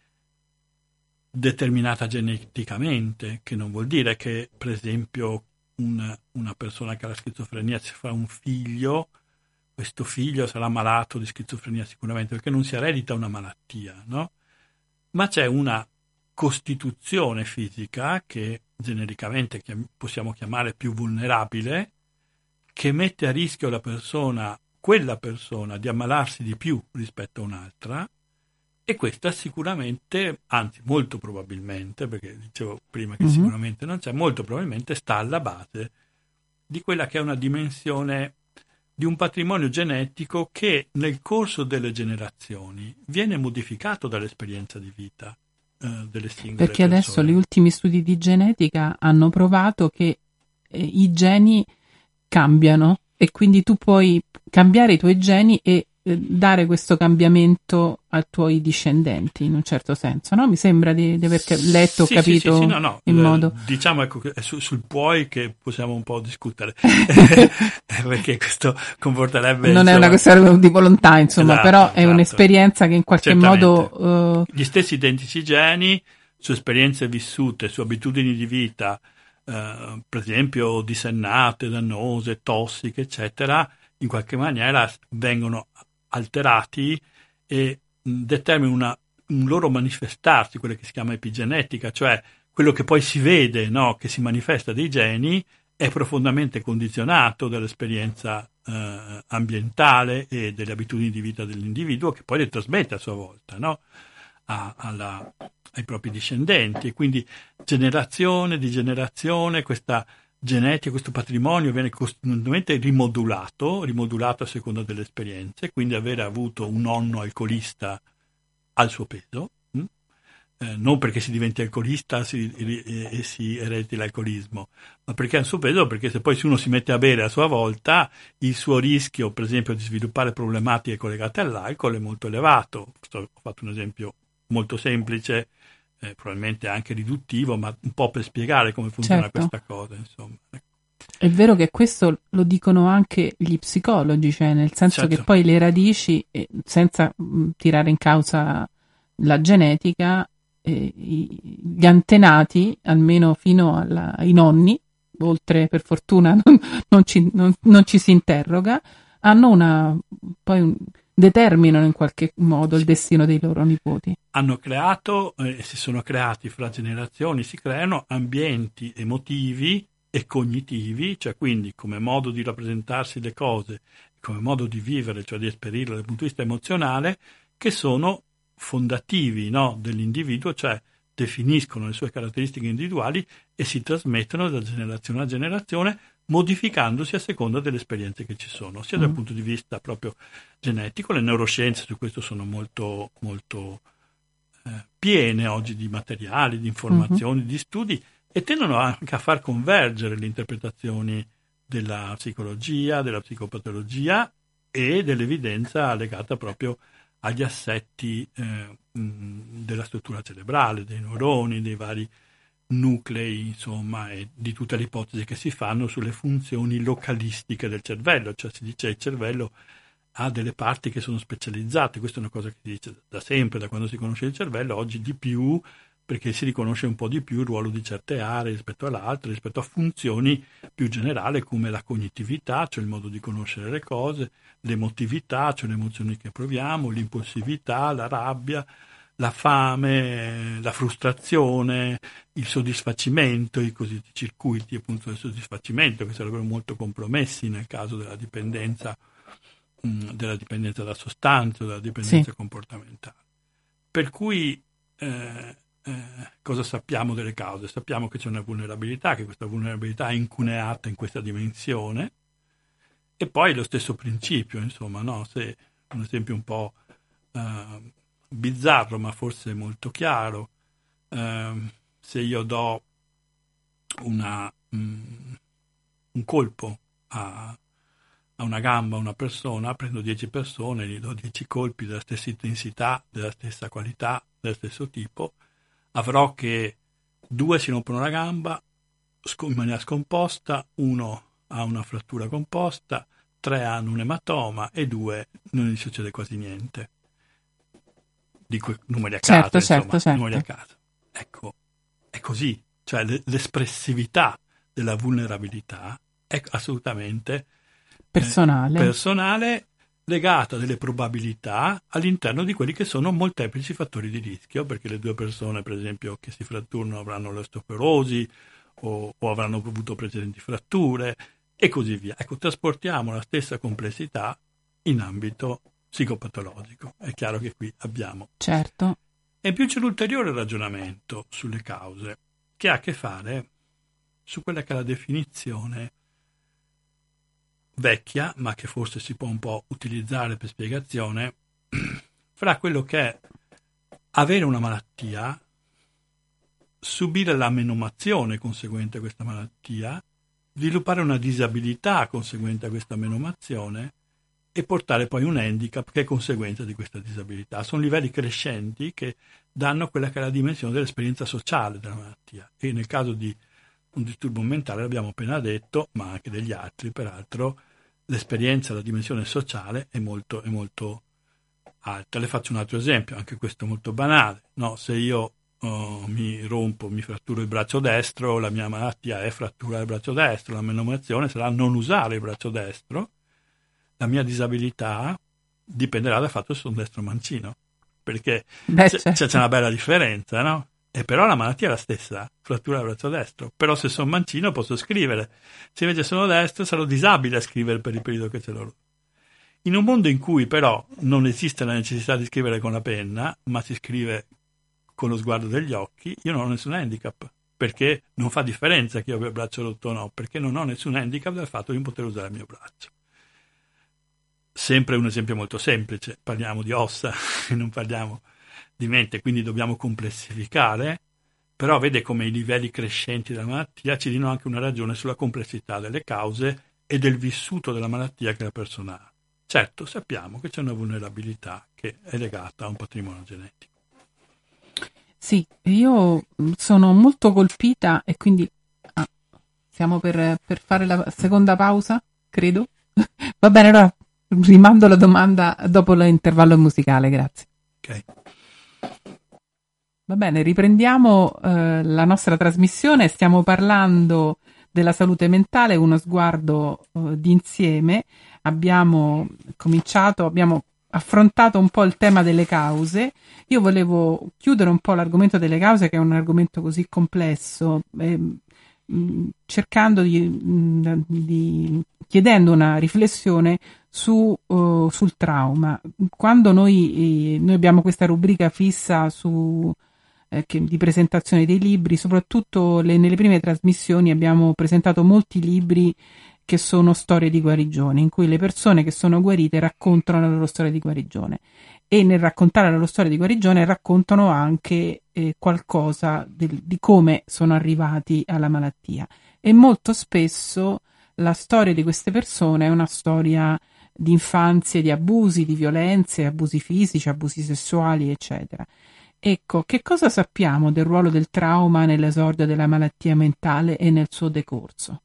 determinata geneticamente, che non vuol dire che, per esempio, una persona che ha la schizofrenia si fa un figlio, questo figlio sarà malato di schizofrenia sicuramente, perché non si eredita una malattia, no? Ma c'è una costituzione fisica che genericamente possiamo chiamare più vulnerabile, che mette a rischio quella persona, di ammalarsi di più rispetto a un'altra, e questa sicuramente, anzi molto probabilmente, perché dicevo prima che sicuramente non c'è, molto probabilmente sta alla base di quella che è una dimensione di un patrimonio genetico che nel corso delle generazioni viene modificato dall'esperienza di vita delle singole perché persone. Adesso gli ultimi studi di genetica hanno provato che i geni cambiano e quindi tu puoi cambiare i tuoi geni e dare questo cambiamento ai tuoi discendenti, in un certo senso, no? Mi sembra di aver letto o capito sì, no, in modo... Diciamo, ecco, è sul puoi che possiamo un po' discutere, perché questo comporterebbe... Non è una questione di volontà, insomma, però è un'esperienza che in qualche modo... Gli stessi identici geni, su esperienze vissute, su abitudini di vita, per esempio dissennate, dannose, tossiche, eccetera, in qualche maniera vengono alterati e determinano un loro manifestarsi, quello che si chiama epigenetica, cioè quello che poi si vede, no, che si manifesta dei geni, è profondamente condizionato dall'esperienza ambientale e delle abitudini di vita dell'individuo, che poi le trasmette a sua volta, no? ai propri discendenti, e quindi generazione di generazione questa genetica, questo patrimonio viene costantemente rimodulato a seconda delle esperienze, quindi avere avuto un nonno alcolista ha il suo peso, non perché si diventi alcolista e si erediti l'alcolismo, ma perché ha il suo peso, perché se poi uno si mette a bere a sua volta, il suo rischio, per esempio, di sviluppare problematiche collegate all'alcol è molto elevato. Ho fatto un esempio molto semplice, probabilmente anche riduttivo, ma un po' per spiegare come funziona questa cosa, insomma. È vero che questo lo dicono anche gli psicologi, cioè nel senso che poi le radici, senza tirare in causa la genetica, gli antenati, almeno fino ai nonni, oltre per fortuna non ci si interroga, hanno determinano in qualche modo il destino dei loro nipoti. Hanno creato, si sono creati fra generazioni, si creano ambienti emotivi e cognitivi, cioè quindi come modo di rappresentarsi le cose, come modo di vivere, cioè di esperirle dal punto di vista emozionale, che sono fondativi, no, dell'individuo, cioè definiscono le sue caratteristiche individuali e si trasmettono da generazione a generazione, modificandosi a seconda delle esperienze che ci sono, sia dal punto di vista proprio genetico. Le neuroscienze su questo sono molto, molto piene oggi di materiali, di informazioni, di studi, e tendono anche a far convergere le interpretazioni della psicologia, della psicopatologia e dell'evidenza legata proprio agli assetti della struttura cerebrale, dei neuroni, dei vari nuclei, insomma, e di tutte le ipotesi che si fanno sulle funzioni localistiche del cervello, cioè si dice che il cervello ha delle parti che sono specializzate. Questa è una cosa che si dice da sempre, da quando si conosce il cervello, oggi di più, perché si riconosce un po' di più il ruolo di certe aree rispetto all'altre, rispetto a funzioni più generali come la cognitività, cioè il modo di conoscere le cose, l'emotività, cioè le emozioni che proviamo, l'impulsività, la rabbia, la fame, la frustrazione, il soddisfacimento, i cosiddetti circuiti appunto del soddisfacimento, che sarebbero molto compromessi nel caso della dipendenza da sostanze o della dipendenza comportamentale. Per cui cosa sappiamo delle cause? Sappiamo che c'è una vulnerabilità, che questa vulnerabilità è incuneata in questa dimensione, e poi lo stesso principio, insomma, no? Se un esempio un po' bizzarro, ma forse molto chiaro, se io do un colpo a una gamba a una persona, prendo 10 persone, gli do 10 colpi della stessa intensità, della stessa qualità, dello stesso tipo, avrò che 2 si rompono la gamba in maniera scomposta, 1 ha una frattura composta, 3 hanno un ematoma e 2 non gli succede quasi niente. Dico numeri a caso, certo. numeri a caso. Ecco, è così, cioè l'espressività della vulnerabilità è assolutamente personale, legata a delle probabilità all'interno di quelli che sono molteplici fattori di rischio, perché le 2 persone, per esempio, che si fratturano avranno l'osteoporosi o avranno avuto precedenti fratture e così via. Ecco, trasportiamo la stessa complessità in ambito psicopatologico. È chiaro che qui abbiamo. Certo. E più c'è l'ulteriore ragionamento sulle cause, che ha a che fare su quella che è la definizione vecchia, ma che forse si può un po' utilizzare per spiegazione, fra quello che è avere una malattia, subire la menomazione conseguente a questa malattia, sviluppare una disabilità conseguente a questa menomazione e portare poi un handicap che è conseguenza di questa disabilità. Sono livelli crescenti che danno quella che è la dimensione dell'esperienza sociale della malattia, e nel caso di un disturbo mentale, l'abbiamo appena detto, ma anche degli altri, peraltro, l'esperienza, la dimensione sociale è molto alta. Le faccio un altro esempio, anche questo molto banale, no? Se io mi fratturo il braccio destro, la mia malattia è frattura del braccio destro, la menomazione sarà non usare il braccio destro, la mia disabilità dipenderà dal fatto che sono destro mancino, perché c'è una bella differenza, no? E però la malattia è la stessa, frattura del braccio destro, però se sono mancino posso scrivere, se invece sono destro sarò disabile a scrivere per il periodo che ce l'ho. In un mondo in cui però non esiste la necessità di scrivere con la penna, ma si scrive con lo sguardo degli occhi, io non ho nessun handicap, perché non fa differenza che io abbia il braccio rotto o no, perché non ho nessun handicap dal fatto di non poter usare il mio braccio. Sempre un esempio molto semplice, parliamo di ossa e non parliamo di mente, quindi dobbiamo complessificare, però vede come i livelli crescenti della malattia ci diano anche una ragione sulla complessità delle cause e del vissuto della malattia che la persona ha. Certo, sappiamo che c'è una vulnerabilità che è legata a un patrimonio genetico. Sì, io sono molto colpita e quindi stiamo per fare la seconda pausa, credo. Va bene, allora rimando la domanda dopo l'intervallo musicale, grazie. Ok. Va bene, riprendiamo la nostra trasmissione, stiamo parlando della salute mentale, uno sguardo d'insieme. Abbiamo affrontato un po' il tema delle cause. Io volevo chiudere un po' l'argomento delle cause, che è un argomento così complesso, cercando chiedendo una riflessione sul trauma. Quando noi abbiamo questa rubrica fissa di presentazione dei libri, soprattutto nelle prime trasmissioni abbiamo presentato molti libri che sono storie di guarigione, in cui le persone che sono guarite raccontano la loro storia di guarigione, e nel raccontare la loro storia di guarigione raccontano anche qualcosa di come sono arrivati alla malattia, e molto spesso la storia di queste persone è una storia di infanzie, di abusi, di violenze, abusi fisici, abusi sessuali, eccetera. Ecco, che cosa sappiamo del ruolo del trauma nell'esordio della malattia mentale e nel suo decorso?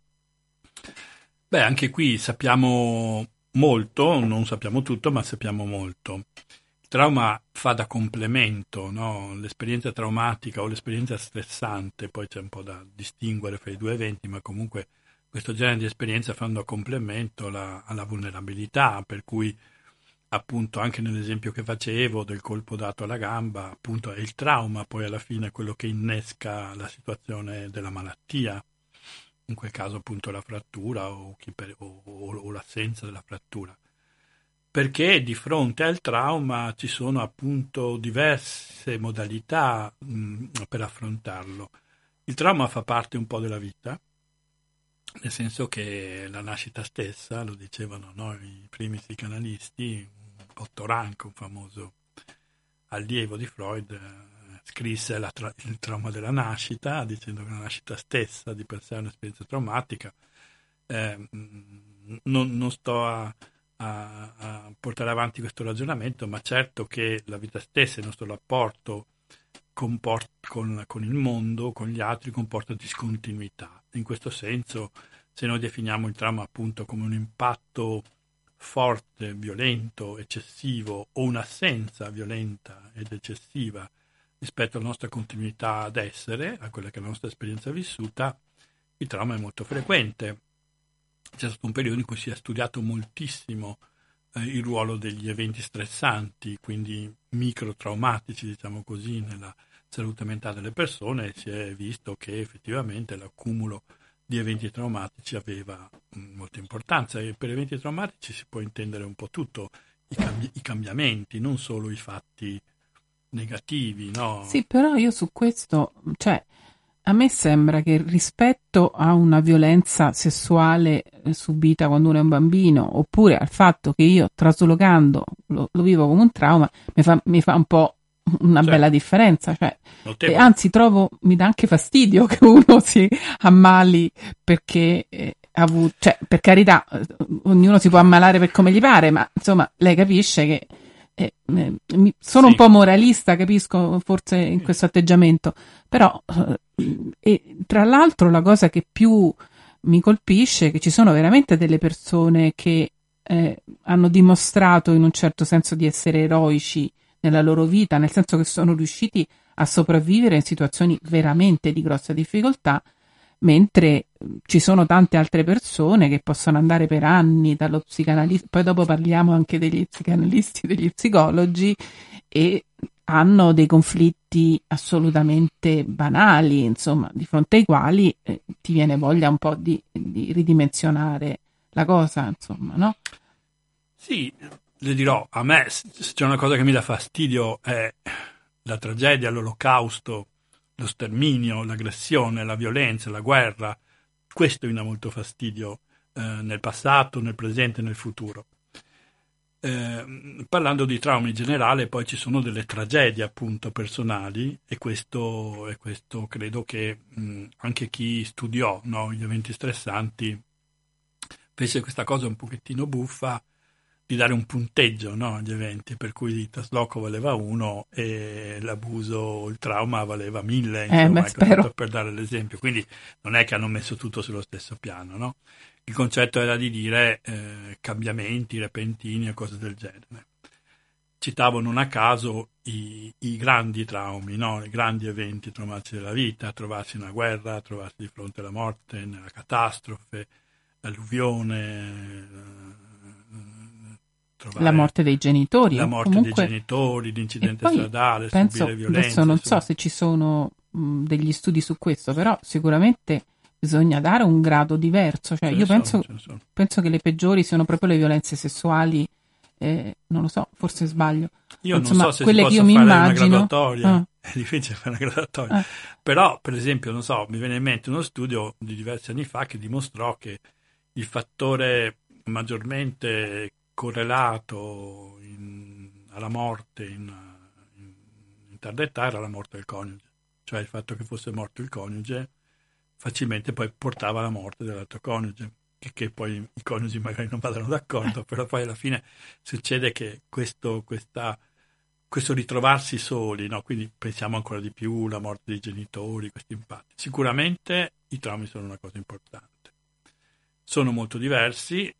Beh, anche qui sappiamo molto, non sappiamo tutto, ma sappiamo molto. Il trauma fa da complemento, no? L'esperienza traumatica o l'esperienza stressante, poi c'è un po' da distinguere fra i due eventi, ma comunque questo genere di esperienza fanno da complemento alla vulnerabilità, per cui appunto anche nell'esempio che facevo del colpo dato alla gamba, appunto è il trauma poi alla fine quello che innesca la situazione della malattia, in quel caso appunto la frattura o l'assenza della frattura, perché di fronte al trauma ci sono appunto diverse modalità per affrontarlo. Il trauma fa parte un po' della vita, nel senso che la nascita stessa, lo dicevano, no, i primi psicanalisti, Otto Rank, un famoso allievo di Freud, scrisse il trauma della nascita, dicendo che la nascita stessa di per sé è un'esperienza traumatica. Non sto a portare avanti questo ragionamento, ma certo che la vita stessa, il nostro rapporto con il mondo, con gli altri, comporta discontinuità. In questo senso, se noi definiamo il trauma appunto come un impatto forte, violento, eccessivo, o un'assenza violenta ed eccessiva rispetto alla nostra continuità ad essere, a quella che è la nostra esperienza vissuta, il trauma è molto frequente. C'è stato un periodo in cui si è studiato moltissimo il ruolo degli eventi stressanti, quindi microtraumatici, diciamo così, nella salute mentale delle persone, e si è visto che effettivamente l'accumulo di eventi traumatici aveva molta importanza, e per eventi traumatici si può intendere un po' tutto, i cambiamenti, non solo i fatti negativi, no? Sì, però io su questo, cioè, a me sembra che rispetto a una violenza sessuale subita quando uno è un bambino, oppure al fatto che io traslocando lo vivo come un trauma, mi fa un po' una bella differenza, cioè, anzi mi dà anche fastidio che uno si ammali perché cioè, per carità, ognuno si può ammalare per come gli pare, ma insomma lei capisce che sono un po' moralista, capisco forse in questo atteggiamento, però e tra l'altro la cosa che più mi colpisce è che ci sono veramente delle persone che hanno dimostrato in un certo senso di essere eroici nella loro vita, nel senso che sono riusciti a sopravvivere in situazioni veramente di grossa difficoltà, mentre ci sono tante altre persone che possono andare per anni dallo psicanalista, poi dopo parliamo anche degli psicanalisti, degli psicologi, e hanno dei conflitti assolutamente banali, insomma, di fronte ai quali ti viene voglia un po' di ridimensionare la cosa, insomma, no? Sì, le dirò, a me se c'è una cosa che mi dà fastidio è la tragedia, l'olocausto, lo sterminio, l'aggressione, la violenza, la guerra. Questo mi dà molto fastidio nel passato, nel presente e nel futuro. Parlando di traumi in generale, poi ci sono delle tragedie appunto personali e questo credo che anche chi studiò, no, gli eventi stressanti fece questa cosa un pochettino buffa di dare un punteggio, no, agli eventi, per cui il trasloco valeva 1 e l'abuso, il trauma valeva 1000, insomma, ecco, tanto per dare l'esempio. Quindi non è che hanno messo tutto sullo stesso piano, no? Il concetto era di dire cambiamenti repentini e cose del genere. Citavo non a caso i grandi traumi, no? I grandi eventi traumatici della vita, trovarsi in una guerra, trovarsi di fronte alla morte, nella catastrofe, l'alluvione, la morte dei genitori. La morte comunque, dei genitori, l'incidente stradale, subire violenza. Adesso non so se ci sono degli studi su questo, però sicuramente bisogna dare un grado diverso. Cioè, io penso che le peggiori siano proprio le violenze sessuali, non lo so, forse sbaglio. Io insomma, non so se quelle si che io possa mi fare immagino. Una graduatoria. È difficile fare una graduatoria. Però, per esempio, non so, mi viene in mente uno studio di diversi anni fa che dimostrò che il fattore maggiormente correlato alla morte in tarda età era la morte del coniuge, cioè il fatto che fosse morto il coniuge facilmente poi portava alla morte dell'altro coniuge, che poi i coniugi magari non vadano d'accordo, però poi alla fine succede che questo ritrovarsi soli, no? Quindi pensiamo ancora di più alla morte dei genitori, questi impatti. Sicuramente i traumi sono una cosa importante. Sono molto diversi,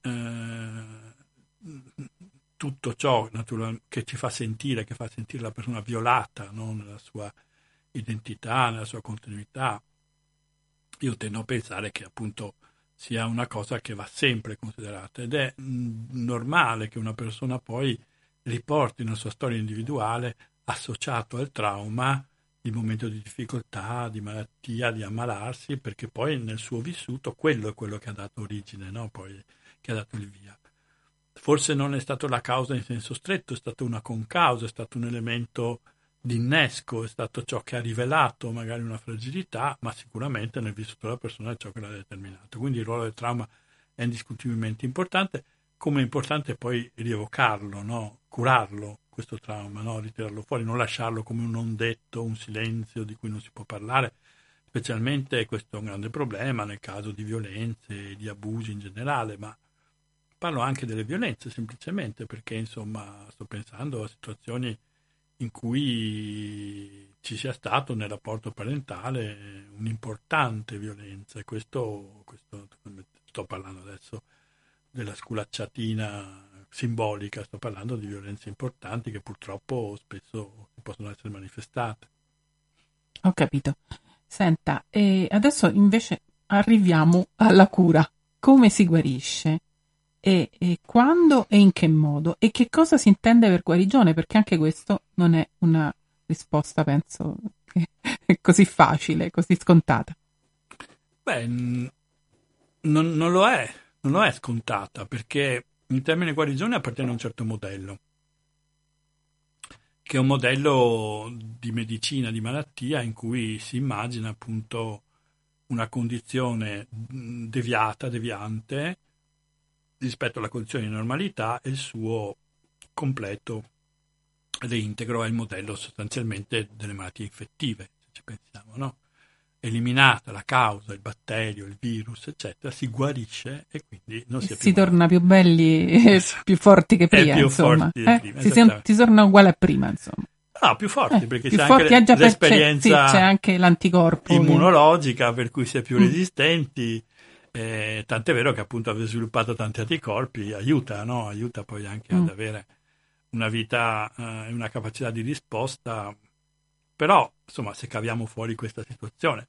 tutto ciò che ci fa sentire, che fa sentire la persona violata, no? Nella sua identità, nella sua continuità. Io tendo a pensare che appunto sia una cosa che va sempre considerata ed è normale che una persona poi riporti nella sua storia individuale associato al trauma il momento di difficoltà, di malattia, di ammalarsi, perché poi nel suo vissuto quello è quello che ha dato origine, no? Poi che ha dato il via. Forse non è stato la causa in senso stretto, è stata una concausa, è stato un elemento di innesco, è stato ciò che ha rivelato magari una fragilità, ma sicuramente nel vissuto della persona è ciò che l'ha determinato. Quindi il ruolo del trauma è indiscutibilmente importante, come è importante poi rievocarlo, no? Curarlo, questo trauma, no? Ritirarlo fuori, non lasciarlo come un non detto, un silenzio di cui non si può parlare, specialmente questo è un grande problema nel caso di violenze, di abusi in generale, ma parlo anche delle violenze semplicemente perché insomma sto pensando a situazioni in cui ci sia stato nel rapporto parentale un'importante violenza e questo sto parlando adesso della sculacciatina simbolica, sto parlando di violenze importanti che purtroppo spesso possono essere manifestate. Ho capito. Senta, e adesso invece arriviamo alla cura. Come si guarisce? E quando e in che modo? E che cosa si intende per guarigione? Perché anche questo non è una risposta, penso, che è così facile, così scontata. Beh, non lo è scontata, perché il termine guarigione appartiene a un certo modello, che è un modello di medicina, di malattia, in cui si immagina appunto una condizione deviante, rispetto alla condizione di normalità e il suo completo reintegro è il modello sostanzialmente delle malattie infettive, se ci pensiamo, no? Eliminata la causa, il batterio, il virus, eccetera, si guarisce e quindi non si è più torna più belli e più forti che prima, più insomma. Forti prima, si torna uguale a prima, insomma. No, più forti, perché più c'è forti, anche l'esperienza c'è anche l'anticorpo immunologica, per cui si è più resistenti. Tant'è vero che appunto aver sviluppato tanti anticorpi aiuta, no? Aiuta poi anche ad avere una vita e una capacità di risposta. Però, insomma, se caviamo fuori questa situazione,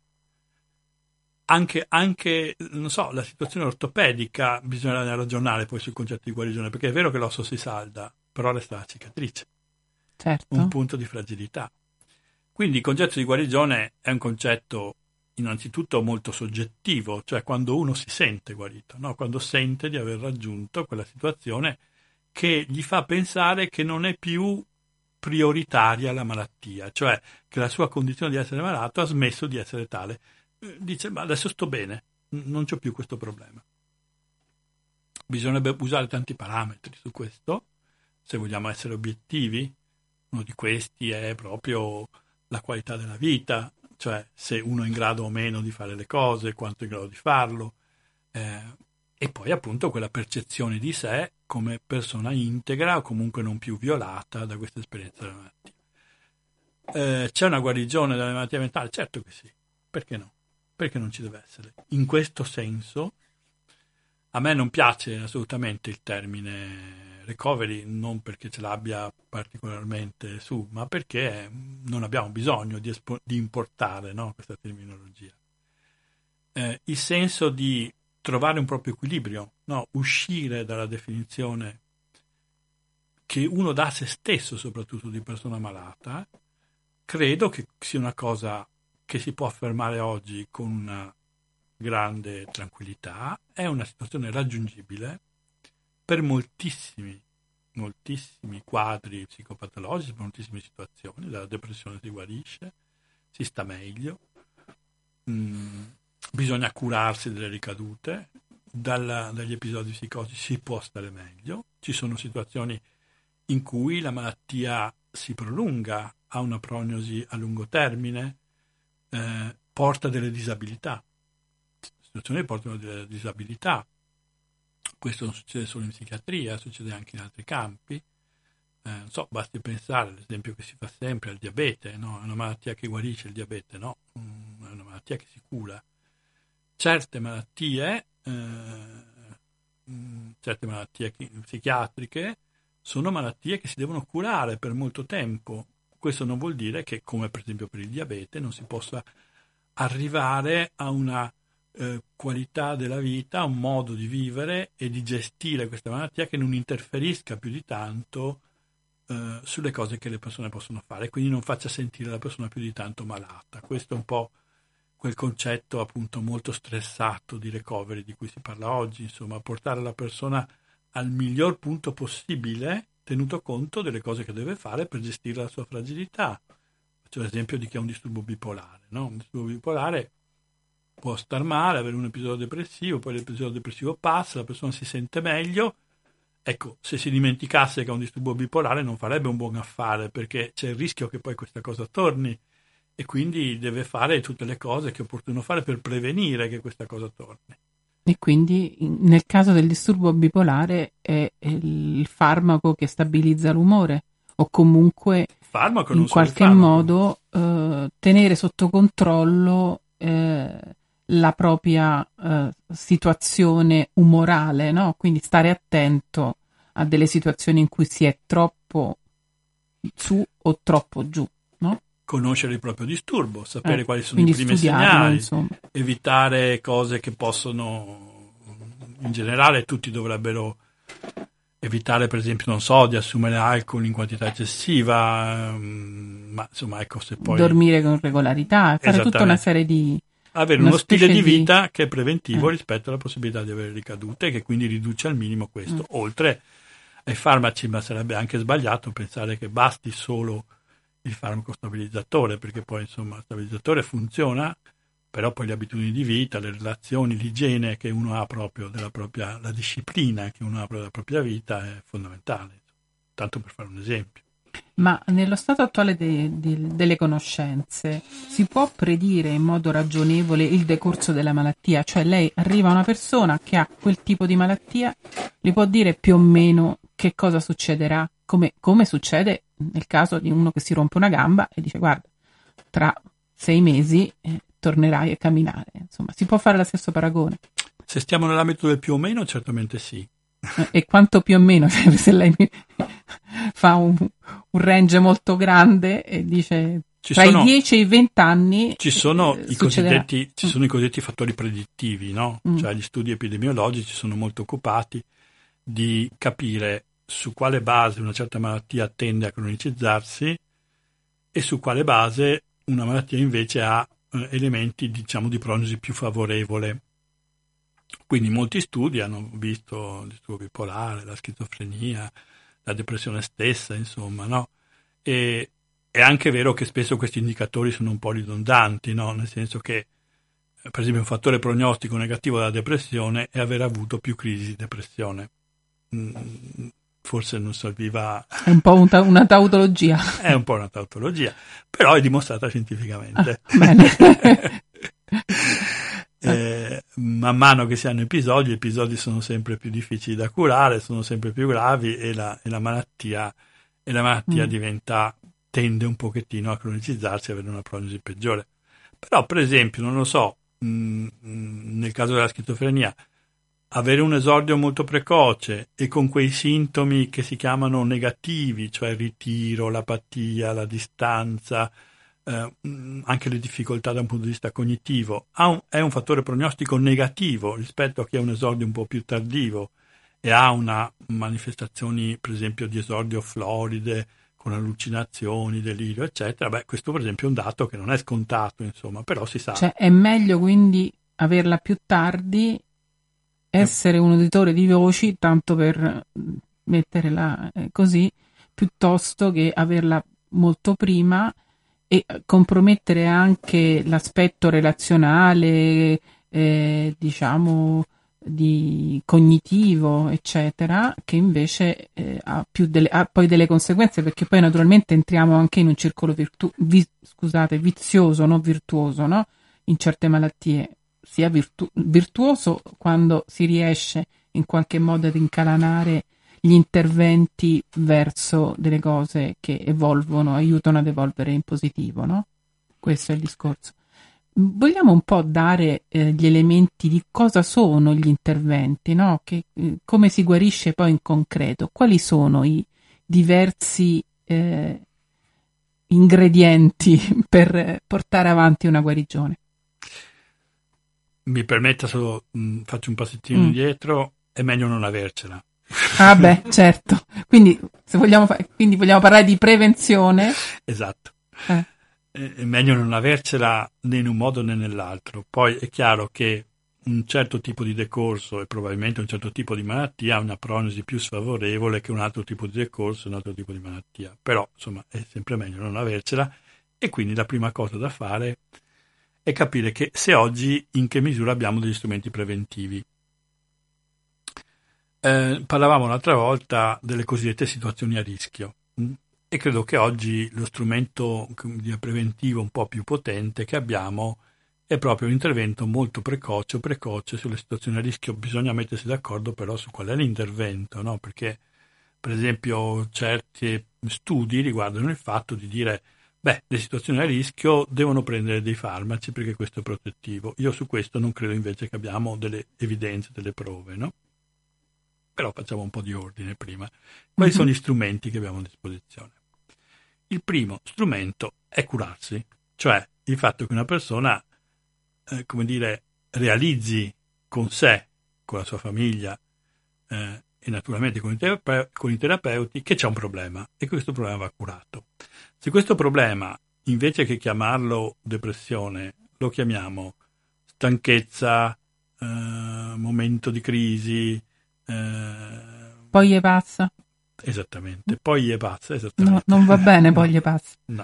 anche non so, la situazione ortopedica bisogna ragionare poi sul concetto di guarigione, perché è vero che l'osso si salda, però resta la cicatrice. Certo. Un punto di fragilità. Quindi il concetto di guarigione è un concetto innanzitutto molto soggettivo, cioè quando uno si sente guarito, no? Quando sente di aver raggiunto quella situazione che gli fa pensare che non è più prioritaria la malattia, cioè che la sua condizione di essere malato ha smesso di essere tale. Dice, ma adesso sto bene, non c'ho più questo problema. Bisognerebbe usare tanti parametri su questo, se vogliamo essere obiettivi. Uno di questi è proprio la qualità della vita, cioè se uno è in grado o meno di fare le cose, quanto è in grado di farlo, e poi appunto quella percezione di sé come persona integra o comunque non più violata da questa esperienza della malattia. C'è una guarigione dalle malattie mentali? Certo che sì, perché no? Perché non ci deve essere? In questo senso, a me non piace assolutamente il termine recovery, non perché ce l'abbia particolarmente su, ma perché non abbiamo bisogno di importare, no, questa terminologia. Il senso di trovare un proprio equilibrio, no, uscire dalla definizione che uno dà a se stesso, soprattutto di persona malata, credo che sia una cosa che si può affermare oggi con una grande tranquillità, è una situazione raggiungibile per moltissimi quadri psicopatologici, per moltissime situazioni. Dalla depressione si guarisce, si sta meglio, bisogna curarsi delle ricadute, dagli episodi psicotici si può stare meglio, ci sono situazioni in cui la malattia si prolunga, ha una prognosi a lungo termine, porta delle disabilità. Situazioni che portano delle disabilità. Questo non succede solo in psichiatria, succede anche in altri campi. Non so, basti pensare all'esempio che si fa sempre al diabete, no? È una malattia che guarisce il diabete, no? È una malattia che si cura. Certe malattie psichiatriche sono malattie che si devono curare per molto tempo. Questo non vuol dire che, come per esempio per il diabete, non si possa arrivare a una qualità della vita, a un modo di vivere e di gestire questa malattia che non interferisca più di tanto sulle cose che le persone possono fare, quindi non faccia sentire la persona più di tanto malata. Questo è un po' quel concetto appunto molto stressato di recovery di cui si parla oggi, insomma, portare la persona al miglior punto possibile, tenuto conto delle cose che deve fare per gestire la sua fragilità. Faccio l'esempio di chi ha un disturbo bipolare, no? Un disturbo bipolare può star male, avere un episodio depressivo, poi l'episodio depressivo passa, la persona si sente meglio. Ecco, se si dimenticasse che ha un disturbo bipolare non farebbe un buon affare, perché c'è il rischio che poi questa cosa torni e quindi deve fare tutte le cose che è opportuno fare per prevenire che questa cosa torni. E quindi nel caso del disturbo bipolare è il farmaco che stabilizza l'umore o comunque farmaco, in qualche modo tenere sotto controllo la propria situazione umorale, no? Quindi stare attento a delle situazioni in cui si è troppo su o troppo giù, no? Conoscere il proprio disturbo, sapere quali sono i quindi primi segnali, insomma. Evitare cose che possono, in generale tutti dovrebbero evitare, per esempio, non so, di assumere alcol in quantità eccessiva, ma insomma, ecco, se poi dormire con regolarità, fare tutta una serie di avere uno stile di vita che è preventivo rispetto alla possibilità di avere ricadute e che quindi riduce al minimo questo. Oltre ai farmaci, ma sarebbe anche sbagliato pensare che basti solo il farmaco stabilizzatore, perché poi insomma il stabilizzatore funziona, però poi le abitudini di vita, le relazioni, l'igiene che uno ha proprio la disciplina che uno ha della propria vita è fondamentale, tanto per fare un esempio. Ma nello stato attuale delle conoscenze si può predire in modo ragionevole il decorso della malattia? Cioè lei arriva a una persona che ha quel tipo di malattia, gli può dire più o meno che cosa succederà, come succede nel caso di uno che si rompe una gamba e dice guarda, tra 6 mesi tornerai a camminare. Insomma, si può fare lo stesso paragone? Se stiamo nell'ambito del più o meno, certamente sì. E quanto più o meno? Cioè, se lei fa un range molto grande e dice tra i 10 e i 20 anni ci sono i cosiddetti fattori predittivi, no? Cioè gli studi epidemiologici sono molto occupati di capire su quale base una certa malattia tende a cronicizzarsi e su quale base una malattia invece ha elementi, diciamo, di prognosi più favorevole. Quindi molti studi hanno visto il disturbo bipolare, la schizofrenia, la depressione stessa, insomma, no? E è anche vero che spesso questi indicatori sono un po' ridondanti, no? Nel senso che, per esempio, un fattore prognostico negativo della depressione è aver avuto più crisi di depressione. Forse non serviva... È un po' una tautologia. È un po' una tautologia, però è dimostrata scientificamente. Bene. Man mano che si hanno gli episodi sono sempre più difficili da curare, sono sempre più gravi e la malattia tende un pochettino a cronicizzarsi e avere una prognosi peggiore. Però, per esempio, non lo so, nel caso della schizofrenia, avere un esordio molto precoce e con quei sintomi che si chiamano negativi, cioè il ritiro, l'apatia, la distanza, anche le difficoltà da un punto di vista cognitivo, è un fattore prognostico negativo rispetto a chi ha un esordio un po' più tardivo e ha una manifestazioni, per esempio, di esordio floride, con allucinazioni, delirio, eccetera. Beh, questo per esempio è un dato che non è scontato, insomma, però si sa. Cioè è meglio quindi averla più tardi, essere un uditore di voci, tanto per metterla così, piuttosto che averla molto prima e compromettere anche l'aspetto relazionale, diciamo, di cognitivo, eccetera, che invece ha poi delle conseguenze, perché poi naturalmente entriamo anche in un circolo vizioso, non virtuoso, no? In certe malattie, sia virtuoso quando si riesce in qualche modo ad incalanare gli interventi verso delle cose che evolvono, aiutano ad evolvere in positivo, no? Questo è il discorso. Vogliamo un po' dare gli elementi di cosa sono gli interventi, no? Come si guarisce poi in concreto? Quali sono i diversi ingredienti per portare avanti una guarigione? Mi permetta solo, faccio un passettino indietro, è meglio non avercela. Ah beh, certo. Quindi vogliamo parlare di prevenzione. Esatto. È meglio non avercela né in un modo né nell'altro. Poi è chiaro che un certo tipo di decorso e probabilmente un certo tipo di malattia ha una prognosi più sfavorevole che un altro tipo di decorso e un altro tipo di malattia. Però, insomma, è sempre meglio non avercela e quindi la prima cosa da fare è capire che se oggi in che misura abbiamo degli strumenti preventivi. Parlavamo l'altra volta delle cosiddette situazioni a rischio e credo che oggi lo strumento preventivo un po' più potente che abbiamo è proprio un intervento molto precoce sulle situazioni a rischio. Bisogna mettersi d'accordo però su qual è l'intervento, no? Perché per esempio certi studi riguardano il fatto di dire le situazioni a rischio devono prendere dei farmaci perché questo è protettivo. Io su questo non credo invece che abbiamo delle evidenze, delle prove, no? Però facciamo un po' di ordine prima. Quali sono gli strumenti che abbiamo a disposizione? Il primo strumento è curarsi, cioè il fatto che una persona, realizzi con sé, con la sua famiglia e naturalmente con i terapeuti che c'è un problema e che questo problema va curato. Se questo problema, invece che chiamarlo depressione, lo chiamiamo stanchezza, momento di crisi, poi gli passa. Esattamente, poi gli passa, esattamente. No, non va bene, poi gli passa. No.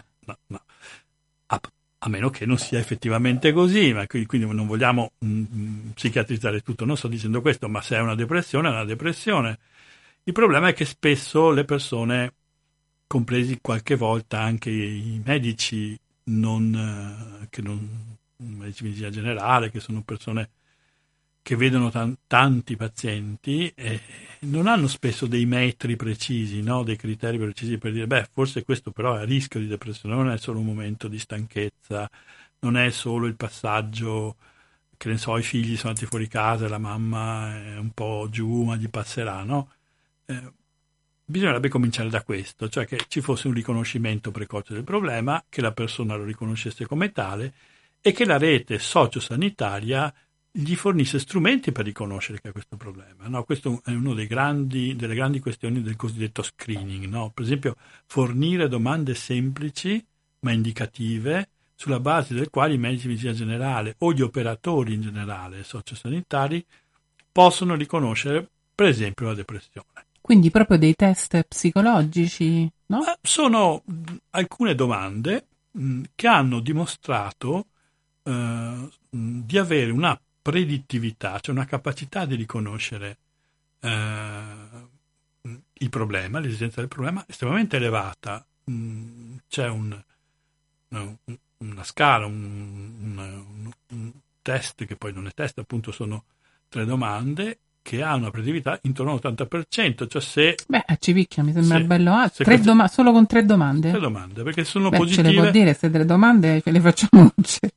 A meno che non sia effettivamente così, ma quindi non vogliamo psichiatrizzare tutto, non sto dicendo questo, ma se è una depressione, è una depressione. Il problema è che spesso le persone, compresi qualche volta anche i medici, medici di medicina generale, che sono persone che vedono tanti pazienti, non hanno spesso dei metri precisi, no? Dei criteri precisi per dire, forse questo però è a rischio di depressione, non è solo un momento di stanchezza, non è solo il passaggio, che ne so, i figli sono andati fuori casa e la mamma è un po' giù, ma gli passerà, no? Bisognerebbe cominciare da questo, cioè che ci fosse un riconoscimento precoce del problema, che la persona lo riconoscesse come tale e che la rete sociosanitaria gli fornisce strumenti per riconoscere che ha questo problema, no? Questo è uno delle grandi questioni del cosiddetto screening, no? Per esempio, fornire domande semplici ma indicative sulla base del quale i medici di medicina generale o gli operatori in generale sociosanitari possono riconoscere per esempio la depressione. Quindi proprio dei test psicologici, no? Sono alcune domande che hanno dimostrato di avere una predittività, cioè una capacità di riconoscere il problema, l'esistenza del problema estremamente elevata. C'è una scala, un test che poi non è test, appunto sono 3 domande che ha una predittività intorno all'80%, cioè se... Beh, a Civicchia mi sembra se, bello alto. se Solo con 3 domande? 3 domande, perché sono Beh, positive... ce le può dire, se 3 domande ce le facciamo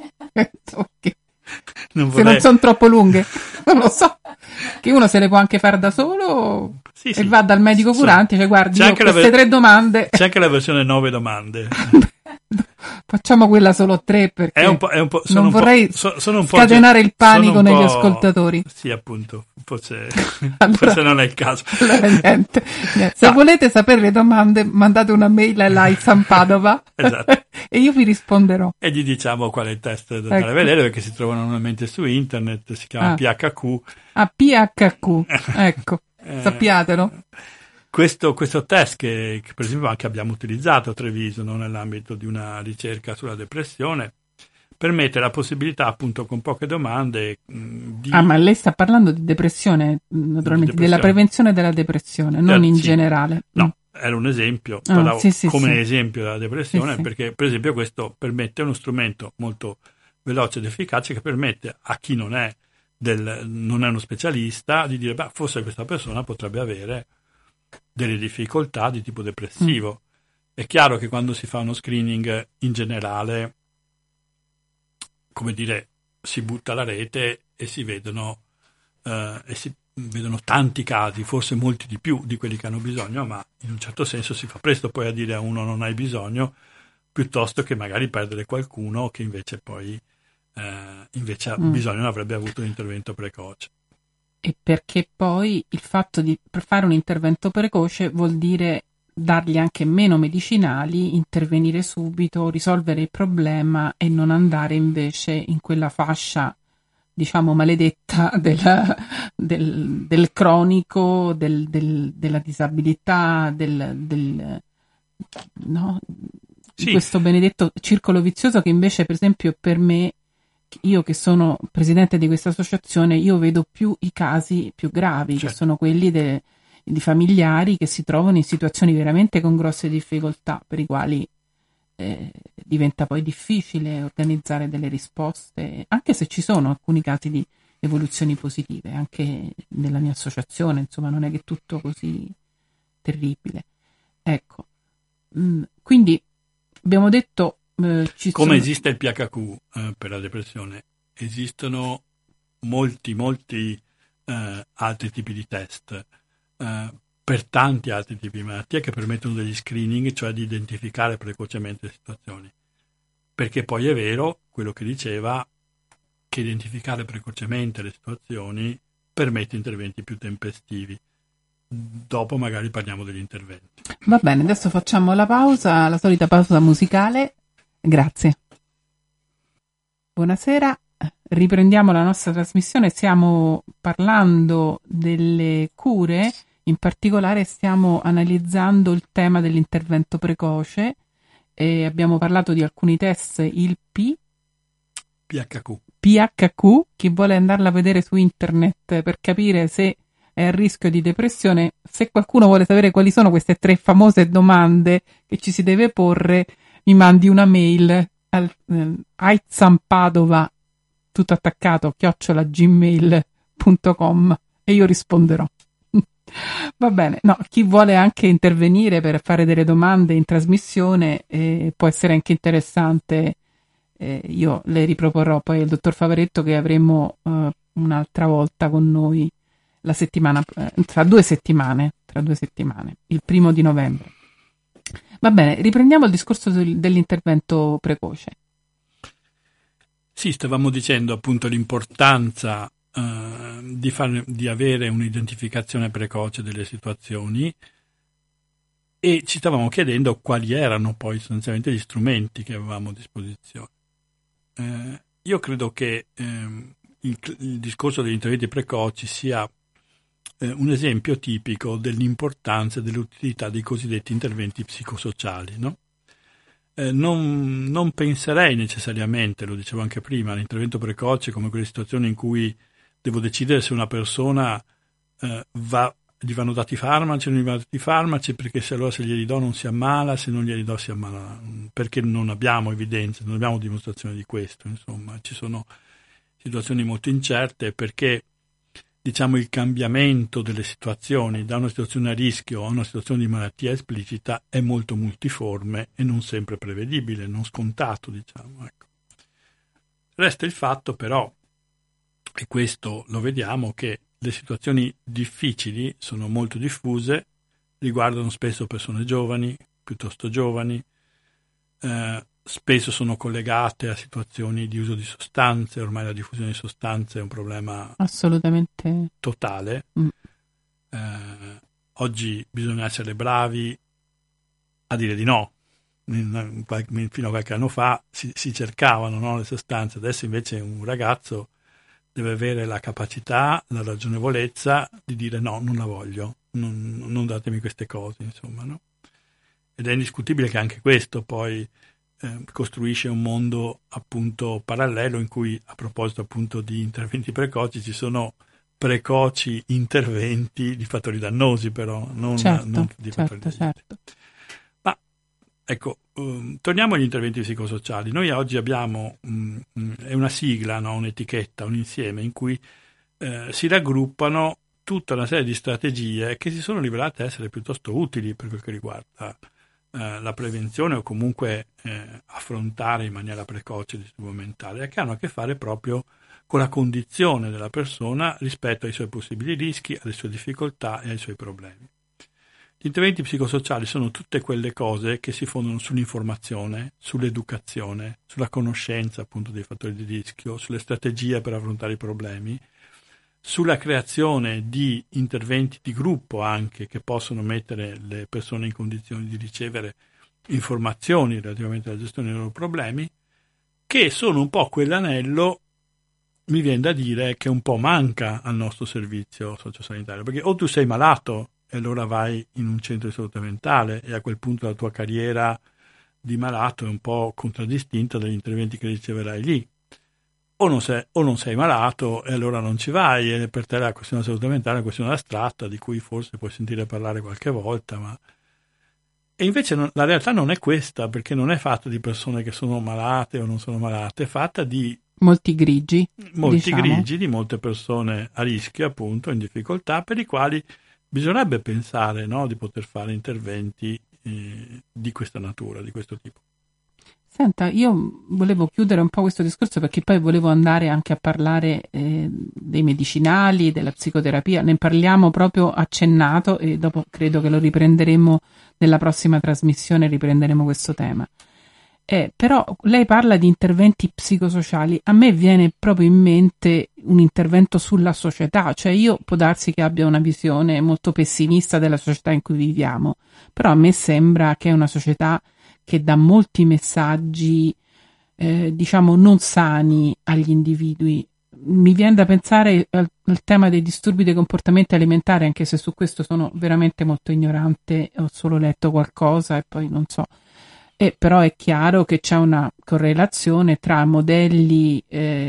non se non sono troppo lunghe, non lo so. Che uno se le può anche fare da solo e va dal medico curante, cioè guardi, io queste 3 domande... C'è anche la versione 9 domande. Facciamo quella solo 3 perché non vorrei scatenare il panico negli ascoltatori. Sì, appunto, forse non è il caso. Niente. Se volete sapere le domande, mandate una mail a Live San Padova. Esatto. E io vi risponderò. E gli diciamo qual è il test da andare a vedere, perché si trovano normalmente su internet, si chiama PHQ. PHQ, ecco, sappiatelo. Questo test che per esempio anche abbiamo utilizzato a Treviso, no, nell'ambito di una ricerca sulla depressione, permette la possibilità appunto con poche domande di... ma lei sta parlando di depressione, naturalmente, della prevenzione della depressione, non in generale. No, era un esempio, esempio della depressione, perché per esempio questo permette uno strumento molto veloce ed efficace che permette a chi non è uno specialista di dire, beh, forse questa persona potrebbe avere delle difficoltà di tipo depressivo. È chiaro che quando si fa uno screening in generale, come dire, si butta alla rete e si vedono tanti casi, forse molti di più di quelli che hanno bisogno, ma in un certo senso si fa presto poi a dire a uno non hai bisogno, piuttosto che magari perdere qualcuno che invece poi invece ha bisogno, non avrebbe avuto un intervento precoce. E perché poi il fatto di fare un intervento precoce vuol dire dargli anche meno medicinali, intervenire subito, risolvere il problema e non andare invece in quella fascia, diciamo, maledetta del cronico, della disabilità, no? Sì. Questo benedetto circolo vizioso che invece, per esempio, per me, io che sono presidente di questa associazione, io vedo più i casi più gravi, che sono quelli di familiari che si trovano in situazioni veramente con grosse difficoltà, per i quali diventa poi difficile organizzare delle risposte, anche se ci sono alcuni casi di evoluzioni positive, anche nella mia associazione, insomma, non è che è tutto così terribile. Ecco, quindi abbiamo detto... esiste il PHQ per la depressione, esistono molti altri tipi di test per tanti altri tipi di malattie che permettono degli screening, cioè di identificare precocemente le situazioni, perché poi è vero quello che diceva, che identificare precocemente le situazioni permette interventi più tempestivi. Dopo magari parliamo degli interventi. Va bene, adesso facciamo la pausa, la solita pausa musicale. Grazie. Buonasera, riprendiamo la nostra trasmissione. Stiamo parlando delle cure, in particolare stiamo analizzando il tema dell'intervento precoce e abbiamo parlato di alcuni test, il PHQ, chi vuole andarla a vedere su internet per capire se è a rischio di depressione. Se qualcuno vuole sapere quali sono queste 3 famose domande che ci si deve porre, mi mandi una mail al aizampadova, tutto attaccato, @gmail.com e io risponderò. Va bene, no, chi vuole anche intervenire per fare delle domande in trasmissione può essere anche interessante, io le riproporrò poi al dottor Favaretto, che avremo un'altra volta con noi la settimana, tra due settimane, il 1 novembre. Va bene, riprendiamo il discorso dell'intervento precoce. Sì, stavamo dicendo appunto l'importanza di avere un'identificazione precoce delle situazioni, e ci stavamo chiedendo quali erano poi sostanzialmente gli strumenti che avevamo a disposizione. Io credo che il discorso degli interventi precoci sia un esempio tipico dell'importanza e dell'utilità dei cosiddetti interventi psicosociali, no? Non penserei necessariamente, lo dicevo anche prima, all'intervento precoce come quelle situazioni in cui devo decidere se una persona gli vanno dati farmaci o non gli vanno dati farmaci, perché se glieli do non si ammala, se non glieli do si ammala, perché non abbiamo evidenze, non abbiamo dimostrazione di questo, insomma, ci sono situazioni molto incerte, perché diciamo il cambiamento delle situazioni da una situazione a rischio a una situazione di malattia esplicita è molto multiforme e non sempre prevedibile, non scontato, diciamo, ecco. Resta il fatto però, e questo lo vediamo, che le situazioni difficili sono molto diffuse, riguardano spesso persone giovani, piuttosto giovani, spesso sono collegate a situazioni di uso di sostanze. Ormai la diffusione di sostanze è un problema assolutamente totale. Oggi bisogna essere bravi a dire di no. Fino a qualche anno fa si cercavano, no, le sostanze, adesso invece un ragazzo deve avere la capacità, la ragionevolezza di dire no, non la voglio, non datemi queste cose, insomma, no? Ed è indiscutibile che anche questo poi costruisce un mondo appunto parallelo in cui, a proposito appunto di interventi precoci, ci sono precoci interventi di fattori dannosi, però non di fattori dannosi. Certo. Ma ecco, torniamo agli interventi psicosociali. Noi oggi abbiamo è una sigla, no? Un'etichetta, un insieme in cui si raggruppano tutta una serie di strategie che si sono rivelate essere piuttosto utili per quel che riguarda la prevenzione o comunque affrontare in maniera precoce il disturbo mentale, che hanno a che fare proprio con la condizione della persona rispetto ai suoi possibili rischi, alle sue difficoltà e ai suoi problemi. Gli interventi psicosociali sono tutte quelle cose che si fondano sull'informazione, sull'educazione, sulla conoscenza appunto dei fattori di rischio, sulle strategie per affrontare i problemi, sulla creazione di interventi di gruppo anche che possono mettere le persone in condizioni di ricevere informazioni relativamente alla gestione dei loro problemi, che sono un po' quell'anello, mi viene da dire, che un po' manca al nostro servizio sociosanitario, perché o tu sei malato e allora vai in un centro di salute mentale e a quel punto la tua carriera di malato è un po' contraddistinta dagli interventi che riceverai lì, o non sei malato e allora non ci vai, e per te la questione della salute mentale è una questione astratta di cui forse puoi sentire parlare qualche volta, e invece la realtà non è questa, perché non è fatta di persone che sono malate o non sono malate, è fatta di molti grigi, di molte persone a rischio, appunto, in difficoltà, per i quali bisognerebbe pensare, no, di poter fare interventi di questa natura, di questo tipo. Senta, io volevo chiudere un po' questo discorso perché poi volevo andare anche a parlare dei medicinali, della psicoterapia, ne parliamo proprio accennato e dopo credo che lo riprenderemo nella prossima trasmissione, riprenderemo questo tema. Però lei parla di interventi psicosociali, a me viene proprio in mente un intervento sulla società, cioè io può darsi che abbia una visione molto pessimista della società in cui viviamo, però a me sembra che è una società che dà molti messaggi, diciamo, non sani agli individui. Mi viene da pensare al tema dei disturbi dei comportamenti alimentari, anche se su questo sono veramente molto ignorante, ho solo letto qualcosa e poi non so. Però è chiaro che c'è una correlazione tra modelli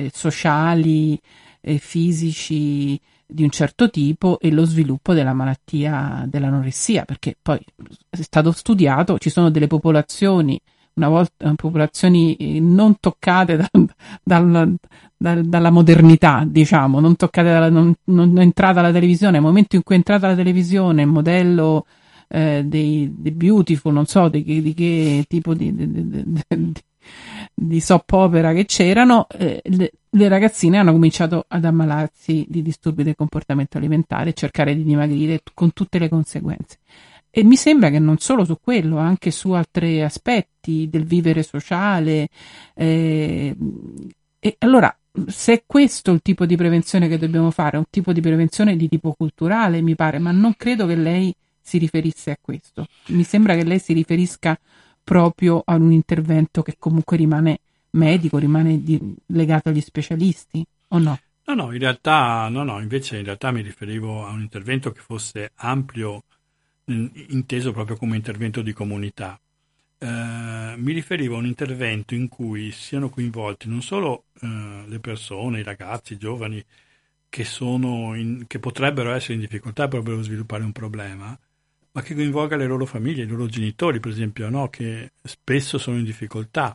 sociali e fisici di un certo tipo e lo sviluppo della malattia dell'anoressia, perché poi è stato studiato, ci sono delle popolazioni, popolazioni non toccate dalla modernità, diciamo, non toccate non è entrata la televisione. Nel momento in cui è entrata la televisione, il modello dei Beautiful, non so di che tipo di soap opera che c'erano, le ragazzine hanno cominciato ad ammalarsi di disturbi del comportamento alimentare e cercare di dimagrire con tutte le conseguenze. E mi sembra che non solo su quello, anche su altri aspetti del vivere sociale. E allora, se è questo il tipo di prevenzione che dobbiamo fare, un tipo di prevenzione di tipo culturale, mi pare, ma non credo che lei si riferisse a questo. Mi sembra che lei si riferisca proprio ad un intervento che comunque rimane medico, rimane legato agli specialisti, o no? No, in realtà, invece in realtà mi riferivo a un intervento che fosse ampio, inteso proprio come intervento di comunità. Mi riferivo a un intervento in cui siano coinvolti non solo le persone, i ragazzi, i giovani che potrebbero essere in difficoltà e potrebbero sviluppare un problema, ma che coinvolga le loro famiglie, i loro genitori, per esempio, no? Che spesso sono in difficoltà.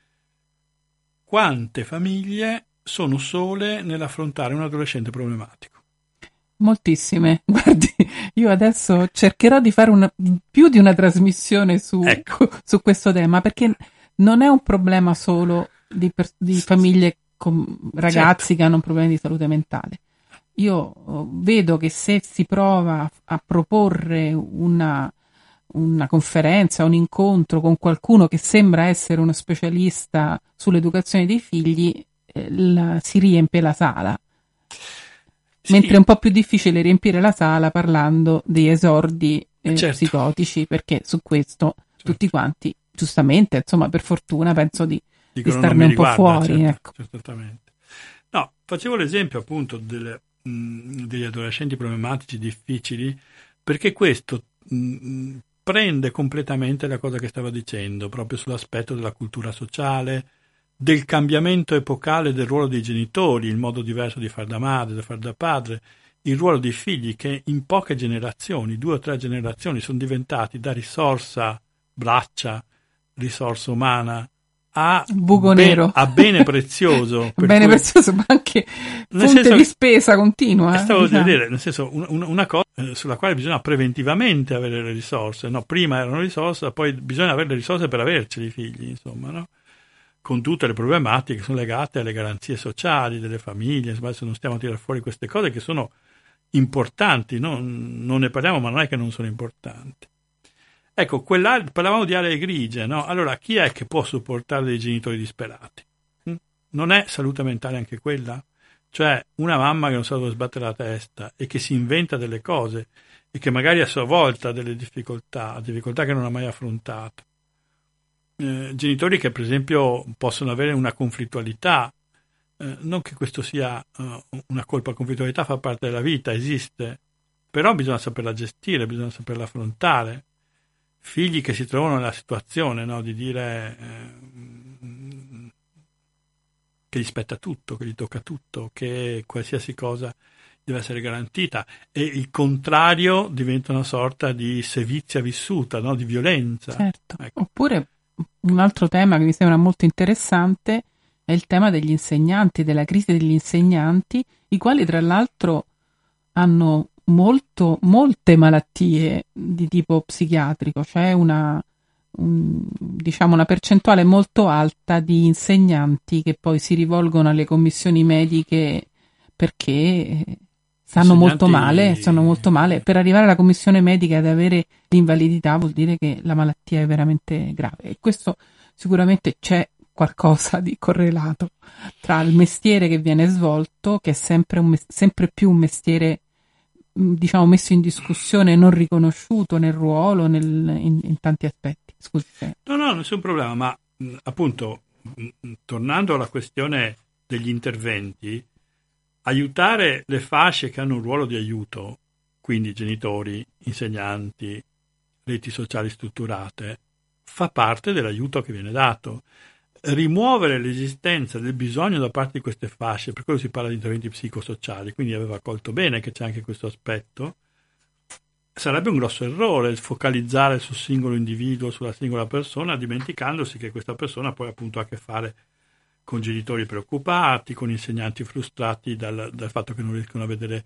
Quante famiglie sono sole nell'affrontare un adolescente problematico? Moltissime. Guardi, io adesso cercherò di fare più di una trasmissione su questo tema, perché non è un problema solo di famiglie con ragazzi, certo, che hanno problemi di salute mentale. Io vedo che se si prova a proporre una conferenza, un incontro con qualcuno che sembra essere uno specialista sull'educazione dei figli, si riempie la sala. Sì. Mentre è un po' più difficile riempire la sala parlando di esordi certo, psicotici, perché su questo tutti quanti, giustamente, insomma, per fortuna, penso di starne un po' fuori. Certo, ecco. Certamente. No, facevo l'esempio appunto degli adolescenti problematici difficili, perché questo prende completamente la cosa che stavo dicendo, proprio sull'aspetto della cultura sociale, del cambiamento epocale del ruolo dei genitori, il modo diverso di far da madre, di far da padre, il ruolo dei figli che in poche generazioni, 2 o 3 generazioni, sono diventati da risorsa braccia, risorsa umana, a buco nero, a bene prezioso. Bene prezioso, ma anche fonte di spesa continua. Stavo a dire, nel senso, una cosa sulla quale bisogna preventivamente avere le risorse, no? Prima erano risorse, poi bisogna avere le risorse per averceli i figli, insomma, no? Con tutte le problematiche che sono legate alle garanzie sociali delle famiglie, insomma, se non stiamo a tirare fuori queste cose che sono importanti, no? Non ne parliamo, ma non è che non sono importanti. Ecco, parlavamo di aree grigie, no? Allora, chi è che può sopportare dei genitori disperati? Non è salute mentale anche quella? Cioè, una mamma che non sa dove sbattere la testa e che si inventa delle cose e che magari a sua volta ha delle difficoltà che non ha mai affrontato. Genitori che per esempio possono avere una conflittualità, non che questo sia una colpa, la conflittualità fa parte della vita, esiste, però bisogna saperla gestire, bisogna saperla affrontare. Figli che si trovano nella situazione, no, di dire che gli spetta tutto, che gli tocca tutto, che qualsiasi cosa deve essere garantita, e il contrario diventa una sorta di sevizia vissuta, no, di violenza. Certo. Ecco. Oppure un altro tema che mi sembra molto interessante è il tema degli insegnanti, della crisi degli insegnanti, i quali tra l'altro hanno molte malattie di tipo psichiatrico, cioè una percentuale molto alta di insegnanti che poi si rivolgono alle commissioni mediche perché stanno molto male. Per arrivare alla commissione medica ed avere l'invalidità vuol dire che la malattia è veramente grave, e questo sicuramente c'è qualcosa di correlato tra il mestiere che viene svolto, che è sempre più un mestiere messo in discussione, non riconosciuto nel ruolo, in tanti aspetti. Scusi. No, nessun problema, ma appunto, tornando alla questione degli interventi, aiutare le fasce che hanno un ruolo di aiuto, quindi genitori, insegnanti, reti sociali strutturate, fa parte dell'aiuto che viene dato. Rimuovere l'esistenza del bisogno da parte di queste fasce, per quello si parla di interventi psicosociali, quindi aveva colto bene che c'è anche questo aspetto. Sarebbe un grosso errore focalizzare sul singolo individuo, sulla singola persona, dimenticandosi che questa persona poi appunto ha a che fare con genitori preoccupati, con insegnanti frustrati dal fatto che non riescono a vedere,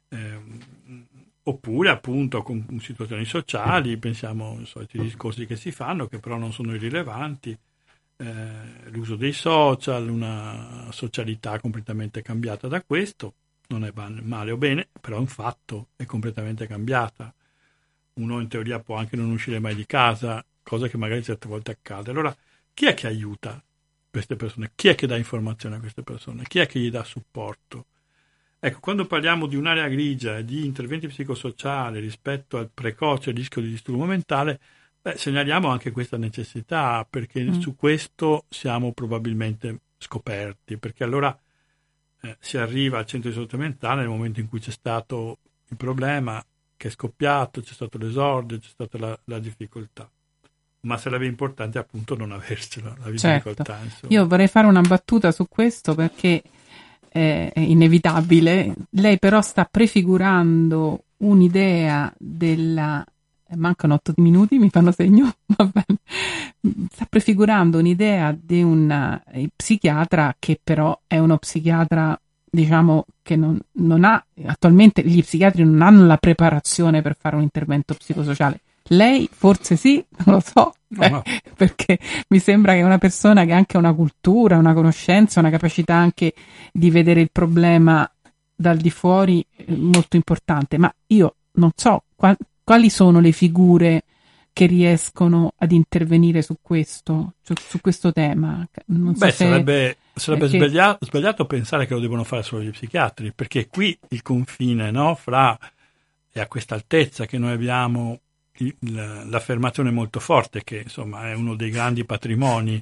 oppure appunto con situazioni sociali, pensiamo ai soliti discorsi che si fanno, che però non sono irrilevanti, l'uso dei social, una socialità completamente cambiata da questo. Non è male o bene, però è un fatto, è completamente cambiata. Uno in teoria può anche non uscire mai di casa, cosa che magari certe volte accade. Allora, chi è che aiuta queste persone? Chi è che dà informazione a queste persone? Chi è che gli dà supporto? Ecco, quando parliamo di un'area grigia e di interventi psicosociali rispetto al precoce rischio di disturbo mentale, segnaliamo anche questa necessità, perché su questo siamo probabilmente scoperti, perché allora si arriva al centro di salute mentale nel momento in cui c'è stato il problema che è scoppiato, c'è stato l'esordio, c'è stata la difficoltà. Ma sarebbe importante appunto non avercela, la difficoltà. Certo. Io vorrei fare una battuta su questo perché è inevitabile. Lei però sta prefigurando un'idea della... Mancano 8 minuti, mi fanno segno? Va bene. Sta prefigurando un'idea di un psichiatra che però è uno psichiatra, diciamo, che non ha... Attualmente gli psichiatri non hanno la preparazione per fare un intervento psicosociale. Lei forse sì, non lo so, no. Perché mi sembra che è una persona che ha anche una cultura, una conoscenza, una capacità anche di vedere il problema dal di fuori molto importante, ma io non so quali sono le figure che riescono ad intervenire su questo tema. Non so sarebbe sbagliato pensare che lo devono fare solo gli psichiatri, perché qui il confine, no, fra e a questa altezza che noi abbiamo l'affermazione molto forte che insomma è uno dei grandi patrimoni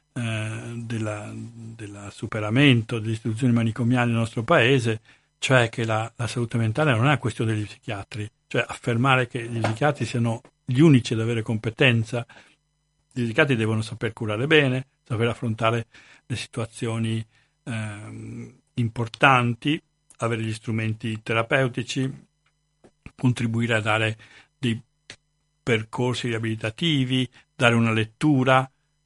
del superamento delle istituzioni manicomiali nel nostro paese, cioè che la salute mentale non è una questione degli psichiatri, cioè affermare che gli psichiatri siano gli unici ad avere competenza. Gli psichiatri devono saper curare bene, saper affrontare le situazioni importanti, avere gli strumenti terapeutici, contribuire a dare dei percorsi riabilitativi, dare una lettura,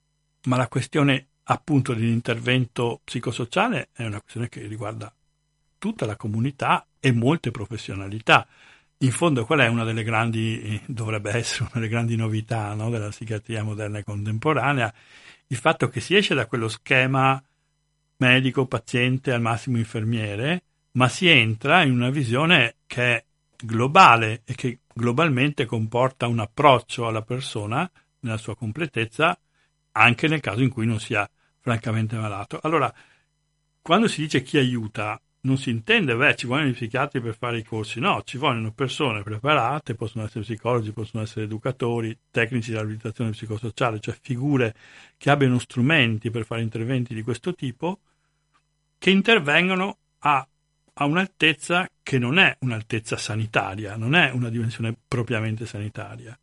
ma la questione appunto dell'intervento psicosociale è una questione che riguarda tutta la comunità e molte professionalità. In fondo qual è una delle grandi, dovrebbe essere una delle grandi novità, no, della psichiatria moderna e contemporanea, il fatto che si esce da quello schema medico, paziente, al massimo infermiere, ma si entra in una visione che è globale e che globalmente comporta un approccio alla persona nella sua completezza, anche nel caso in cui non sia francamente malato. Allora, quando si dice chi aiuta, non si intende, ci vogliono gli psichiatri per fare i corsi, no, ci vogliono persone preparate, possono essere psicologi, possono essere educatori, tecnici di riabilitazione psicosociale, cioè figure che abbiano strumenti per fare interventi di questo tipo, che intervengono a un'altezza che non è un'altezza sanitaria, non è una dimensione propriamente sanitaria,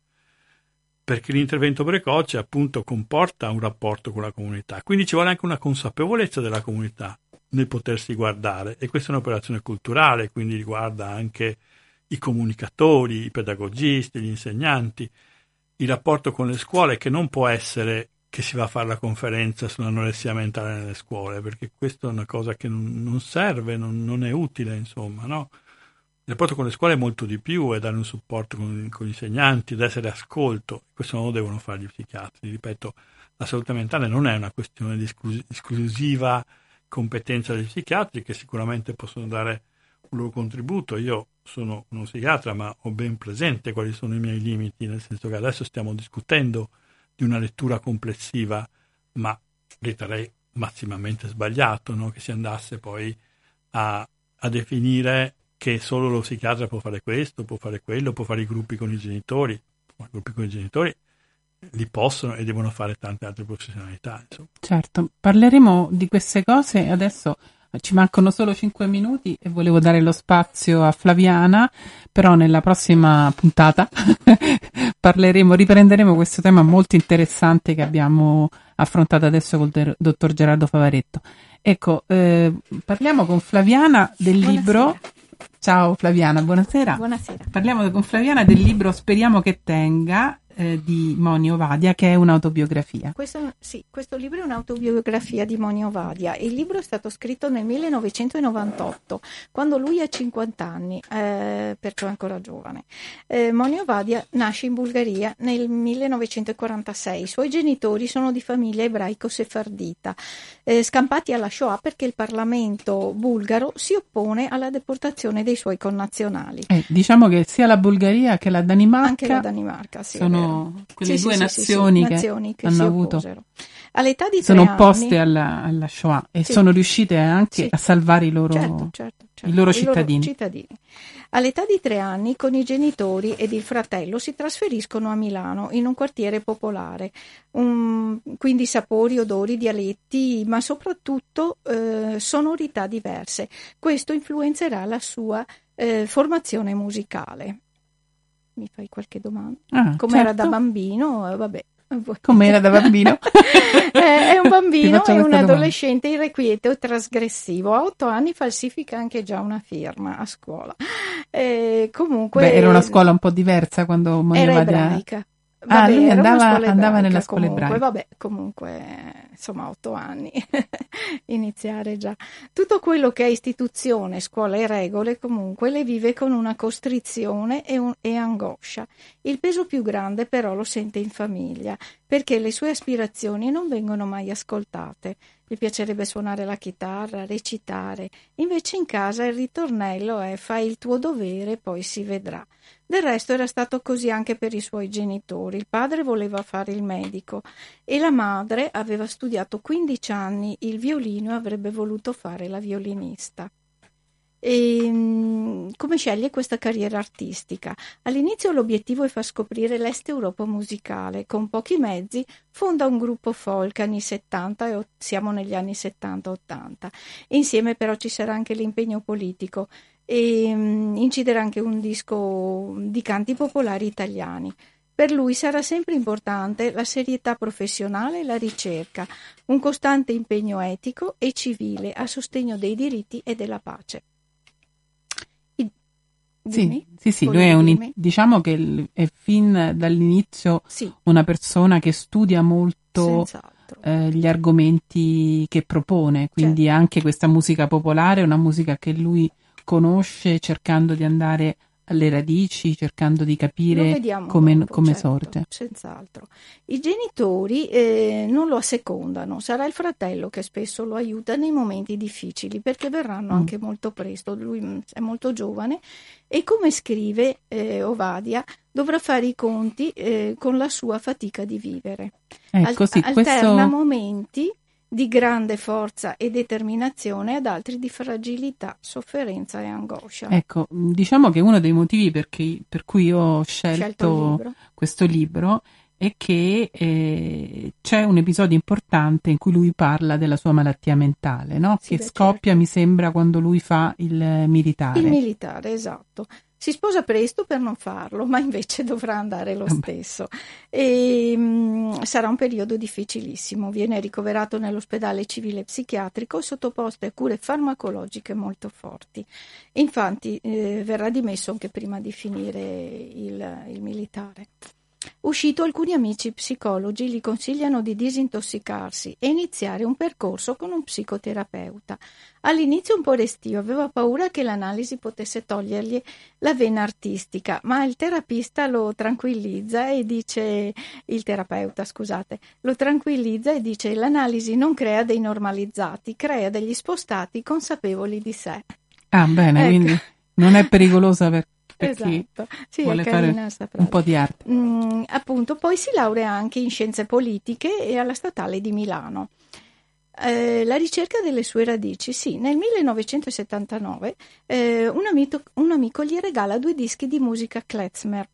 perché l'intervento precoce appunto comporta un rapporto con la comunità, quindi ci vuole anche una consapevolezza della comunità nel potersi guardare, e questa è un'operazione culturale, quindi riguarda anche i comunicatori, i pedagogisti, gli insegnanti, il rapporto con le scuole, che non può essere che si va a fare la conferenza sull'anoressia mentale nelle scuole, perché questa è una cosa che non serve, non è utile, insomma, no? Il rapporto con le scuole è molto di più, è dare un supporto con gli insegnanti, ed essere ascolto. Questo non lo devono fare gli psichiatri. Ripeto, la salute mentale non è una questione di esclusiva competenza degli psichiatri, che sicuramente possono dare un loro contributo. Io sono uno psichiatra, ma ho ben presente quali sono i miei limiti, nel senso che adesso stiamo discutendo di una lettura complessiva, ma riterrei massimamente sbagliato, no? Che si andasse poi a definire che solo lo psichiatra può fare questo, può fare quello, può fare i gruppi con i genitori. I gruppi con i genitori li possono e devono fare tante altre professionalità, insomma. Certo, parleremo di queste cose. Adesso ci mancano solo 5 minuti e volevo dare lo spazio a Flaviana, però nella prossima puntata riprenderemo questo tema molto interessante che abbiamo affrontato adesso col dottor Gerardo Favaretto. Ecco, parliamo con Flaviana del libro. Ciao Flaviana, buonasera. Buonasera. Parliamo con Flaviana del libro Speriamo che tenga, di Moni Ovadia, che è un'autobiografia. Questo libro è un'autobiografia di Moni Ovadia. Il libro è stato scritto nel 1998, quando lui ha 50 anni, perciò è ancora giovane. Moni Ovadia nasce in Bulgaria nel 1946. I suoi genitori sono di famiglia ebraico-sefardita, scampati alla Shoah perché il Parlamento bulgaro si oppone alla deportazione dei suoi connazionali. Diciamo che sia la Bulgaria che la Danimarca, anche la Danimarca, sì, sono quelle due nazioni che hanno avuto. All'età di 3 sono anni... opposte alla Shoah e Sì. sono riuscite anche Sì. a salvare i loro Certo. i loro cittadini. All'età di 3 anni, con i genitori ed il fratello si trasferiscono a Milano, in un quartiere popolare. Quindi sapori, odori, dialetti, ma soprattutto sonorità diverse. Questo influenzerà la sua formazione musicale. Mi fai qualche domanda? Com'era da bambino? Vabbè. Com'era da bambino? È un bambino e un domanda. adolescente irrequieto e trasgressivo. A 8 anni falsifica anche già una firma a scuola. Comunque era una scuola un po' diversa quando Monio era Vadia... ebraica. Vabbè, lui era andava nella scuola ebraica. Vabbè, comunque, insomma, 8 anni, iniziare già. Tutto quello che è istituzione, scuola e regole, comunque, le vive con una costrizione e angoscia. Il peso più grande, però, lo sente in famiglia, perché le sue aspirazioni non vengono mai ascoltate. Gli piacerebbe suonare la chitarra, recitare. Invece in casa il ritornello è fai il tuo dovere, poi si vedrà. Del resto era stato così anche per i suoi genitori. Il padre voleva fare il medico e la madre aveva studiato 15 anni il violino e avrebbe voluto fare la violinista. Come sceglie questa carriera artistica? All'inizio l'obiettivo è far scoprire l'Est Europa musicale. Con pochi mezzi fonda un gruppo folk anni 70 e siamo negli anni 70-80. Insieme però ci sarà anche l'impegno politico e inciderà anche un disco di canti popolari italiani. Per lui sarà sempre importante la serietà professionale e la ricerca, un costante impegno etico e civile a sostegno dei diritti e della pace. Sì, lui diciamo che è fin dall'inizio una persona che studia molto gli argomenti che propone, quindi anche questa musica popolare è una musica che lui conosce cercando di andare alle radici, cercando di capire come sorge. Senz'altro. I genitori non lo assecondano, sarà il fratello che spesso lo aiuta nei momenti difficili perché verranno anche molto presto, lui è molto giovane e come scrive Ovadia dovrà fare i conti con la sua fatica di vivere. Alterna momenti di grande forza e determinazione ad altri di fragilità, sofferenza e angoscia. Ecco, diciamo che uno dei motivi per cui io ho scelto questo libro è che c'è un episodio importante in cui lui parla della sua malattia mentale, no? Che scoppia, mi sembra, quando lui fa il militare. Il militare, esatto. Si sposa presto per non farlo, ma invece dovrà andare lo stesso. E sarà un periodo difficilissimo. Viene ricoverato nell'ospedale civile psichiatrico e sottoposto a cure farmacologiche molto forti. Infatti verrà dimesso anche prima di finire il militare. Uscito, alcuni amici psicologi gli consigliano di disintossicarsi e iniziare un percorso con un psicoterapeuta. All'inizio un po' restio, aveva paura che l'analisi potesse togliergli la vena artistica, ma il terapista lo tranquillizza e dice, l'analisi non crea dei normalizzati, crea degli spostati consapevoli di sé. Ah, bene, ecco. Quindi non è pericolosa per chi vuole fare un po' di arte. Appunto, poi si laurea anche in scienze politiche e alla Statale di Milano. La ricerca delle sue radici, nel 1979 un amico gli regala 2 dischi di musica klezmer.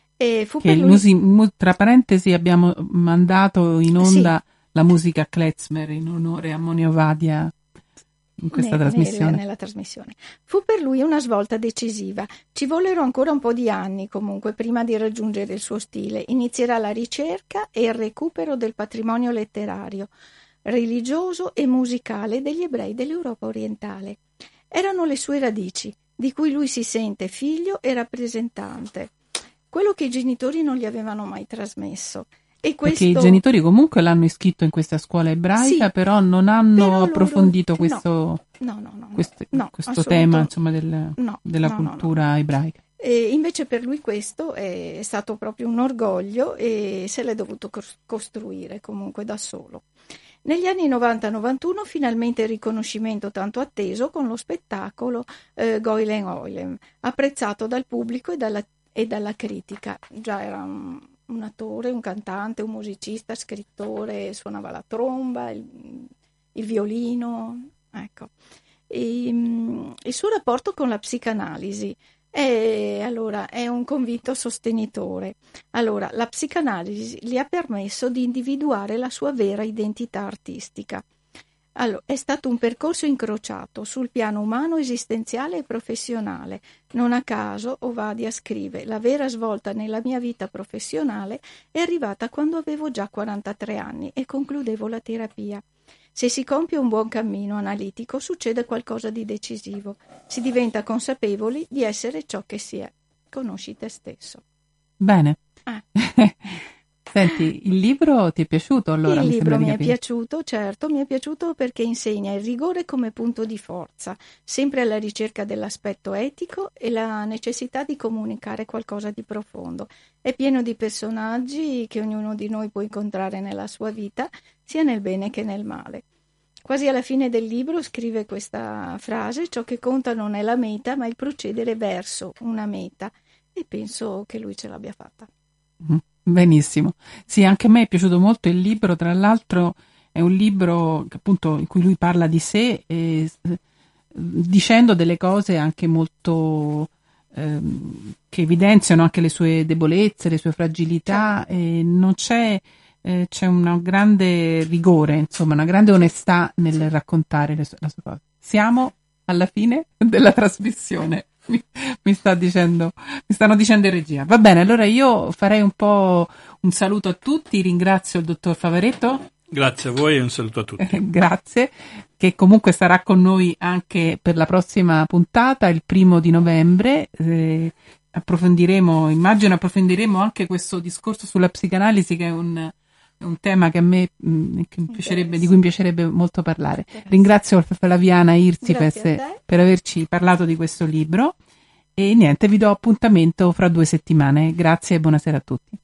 Tra parentesi abbiamo mandato in onda la musica klezmer in onore a Monio Vadia. In questa trasmissione. Nella trasmissione. Fu per lui una svolta decisiva. Ci vollero ancora un po' di anni comunque prima di raggiungere il suo stile. Inizierà la ricerca e il recupero del patrimonio letterario, religioso e musicale degli ebrei dell'Europa orientale. Erano le sue radici, di cui lui si sente figlio e rappresentante. Quello che i genitori non gli avevano mai trasmesso. Perché i genitori comunque l'hanno iscritto in questa scuola ebraica, però non hanno approfondito questo tema, insomma, della cultura ebraica. E invece per lui questo è stato proprio un orgoglio e se l'è dovuto costruire comunque da solo. Negli anni 90-91 finalmente il riconoscimento tanto atteso con lo spettacolo Goilen Oilem, apprezzato dal pubblico e dalla critica. Già era un attore, un cantante, un musicista, scrittore, suonava la tromba, il violino, ecco. Il suo rapporto con la psicanalisi è un convinto sostenitore. Allora, la psicanalisi gli ha permesso di individuare la sua vera identità artistica. Allora, è stato un percorso incrociato sul piano umano, esistenziale e professionale. Non a caso Ovadia scrive: la vera svolta nella mia vita professionale è arrivata quando avevo già 43 anni e concludevo la terapia. Se si compie un buon cammino analitico succede qualcosa di decisivo. Si diventa consapevoli di essere ciò che si è. Conosci te stesso. Bene. Senti, il libro ti è piaciuto allora? Il libro mi è piaciuto, certo, mi è piaciuto perché insegna il rigore come punto di forza, sempre alla ricerca dell'aspetto etico e la necessità di comunicare qualcosa di profondo. È pieno di personaggi che ognuno di noi può incontrare nella sua vita, sia nel bene che nel male. Quasi alla fine del libro scrive questa frase: ciò che conta non è la meta, ma il procedere verso una meta, e penso che lui ce l'abbia fatta. Benissimo. Sì, anche a me è piaciuto molto il libro, tra l'altro è un libro appunto in cui lui parla di sé dicendo delle cose anche molto che evidenziano anche le sue debolezze, le sue fragilità, e non c'è un grande rigore, insomma, una grande onestà nel raccontare la sua cosa. Siamo alla fine della trasmissione. Mi stanno dicendo in regia. Va bene, allora io farei un po' un saluto a tutti, ringrazio il dottor Favaretto. Grazie a voi e un saluto a tutti. Grazie, che comunque sarà con noi anche per la prossima puntata, il 1 novembre. Approfondiremo anche questo discorso sulla psicanalisi, che è un tema che a me di cui mi piacerebbe molto parlare. Ringrazio Flaviana Irzipes per averci parlato di questo libro e niente, vi do appuntamento fra 2 settimane. Grazie e buonasera a tutti.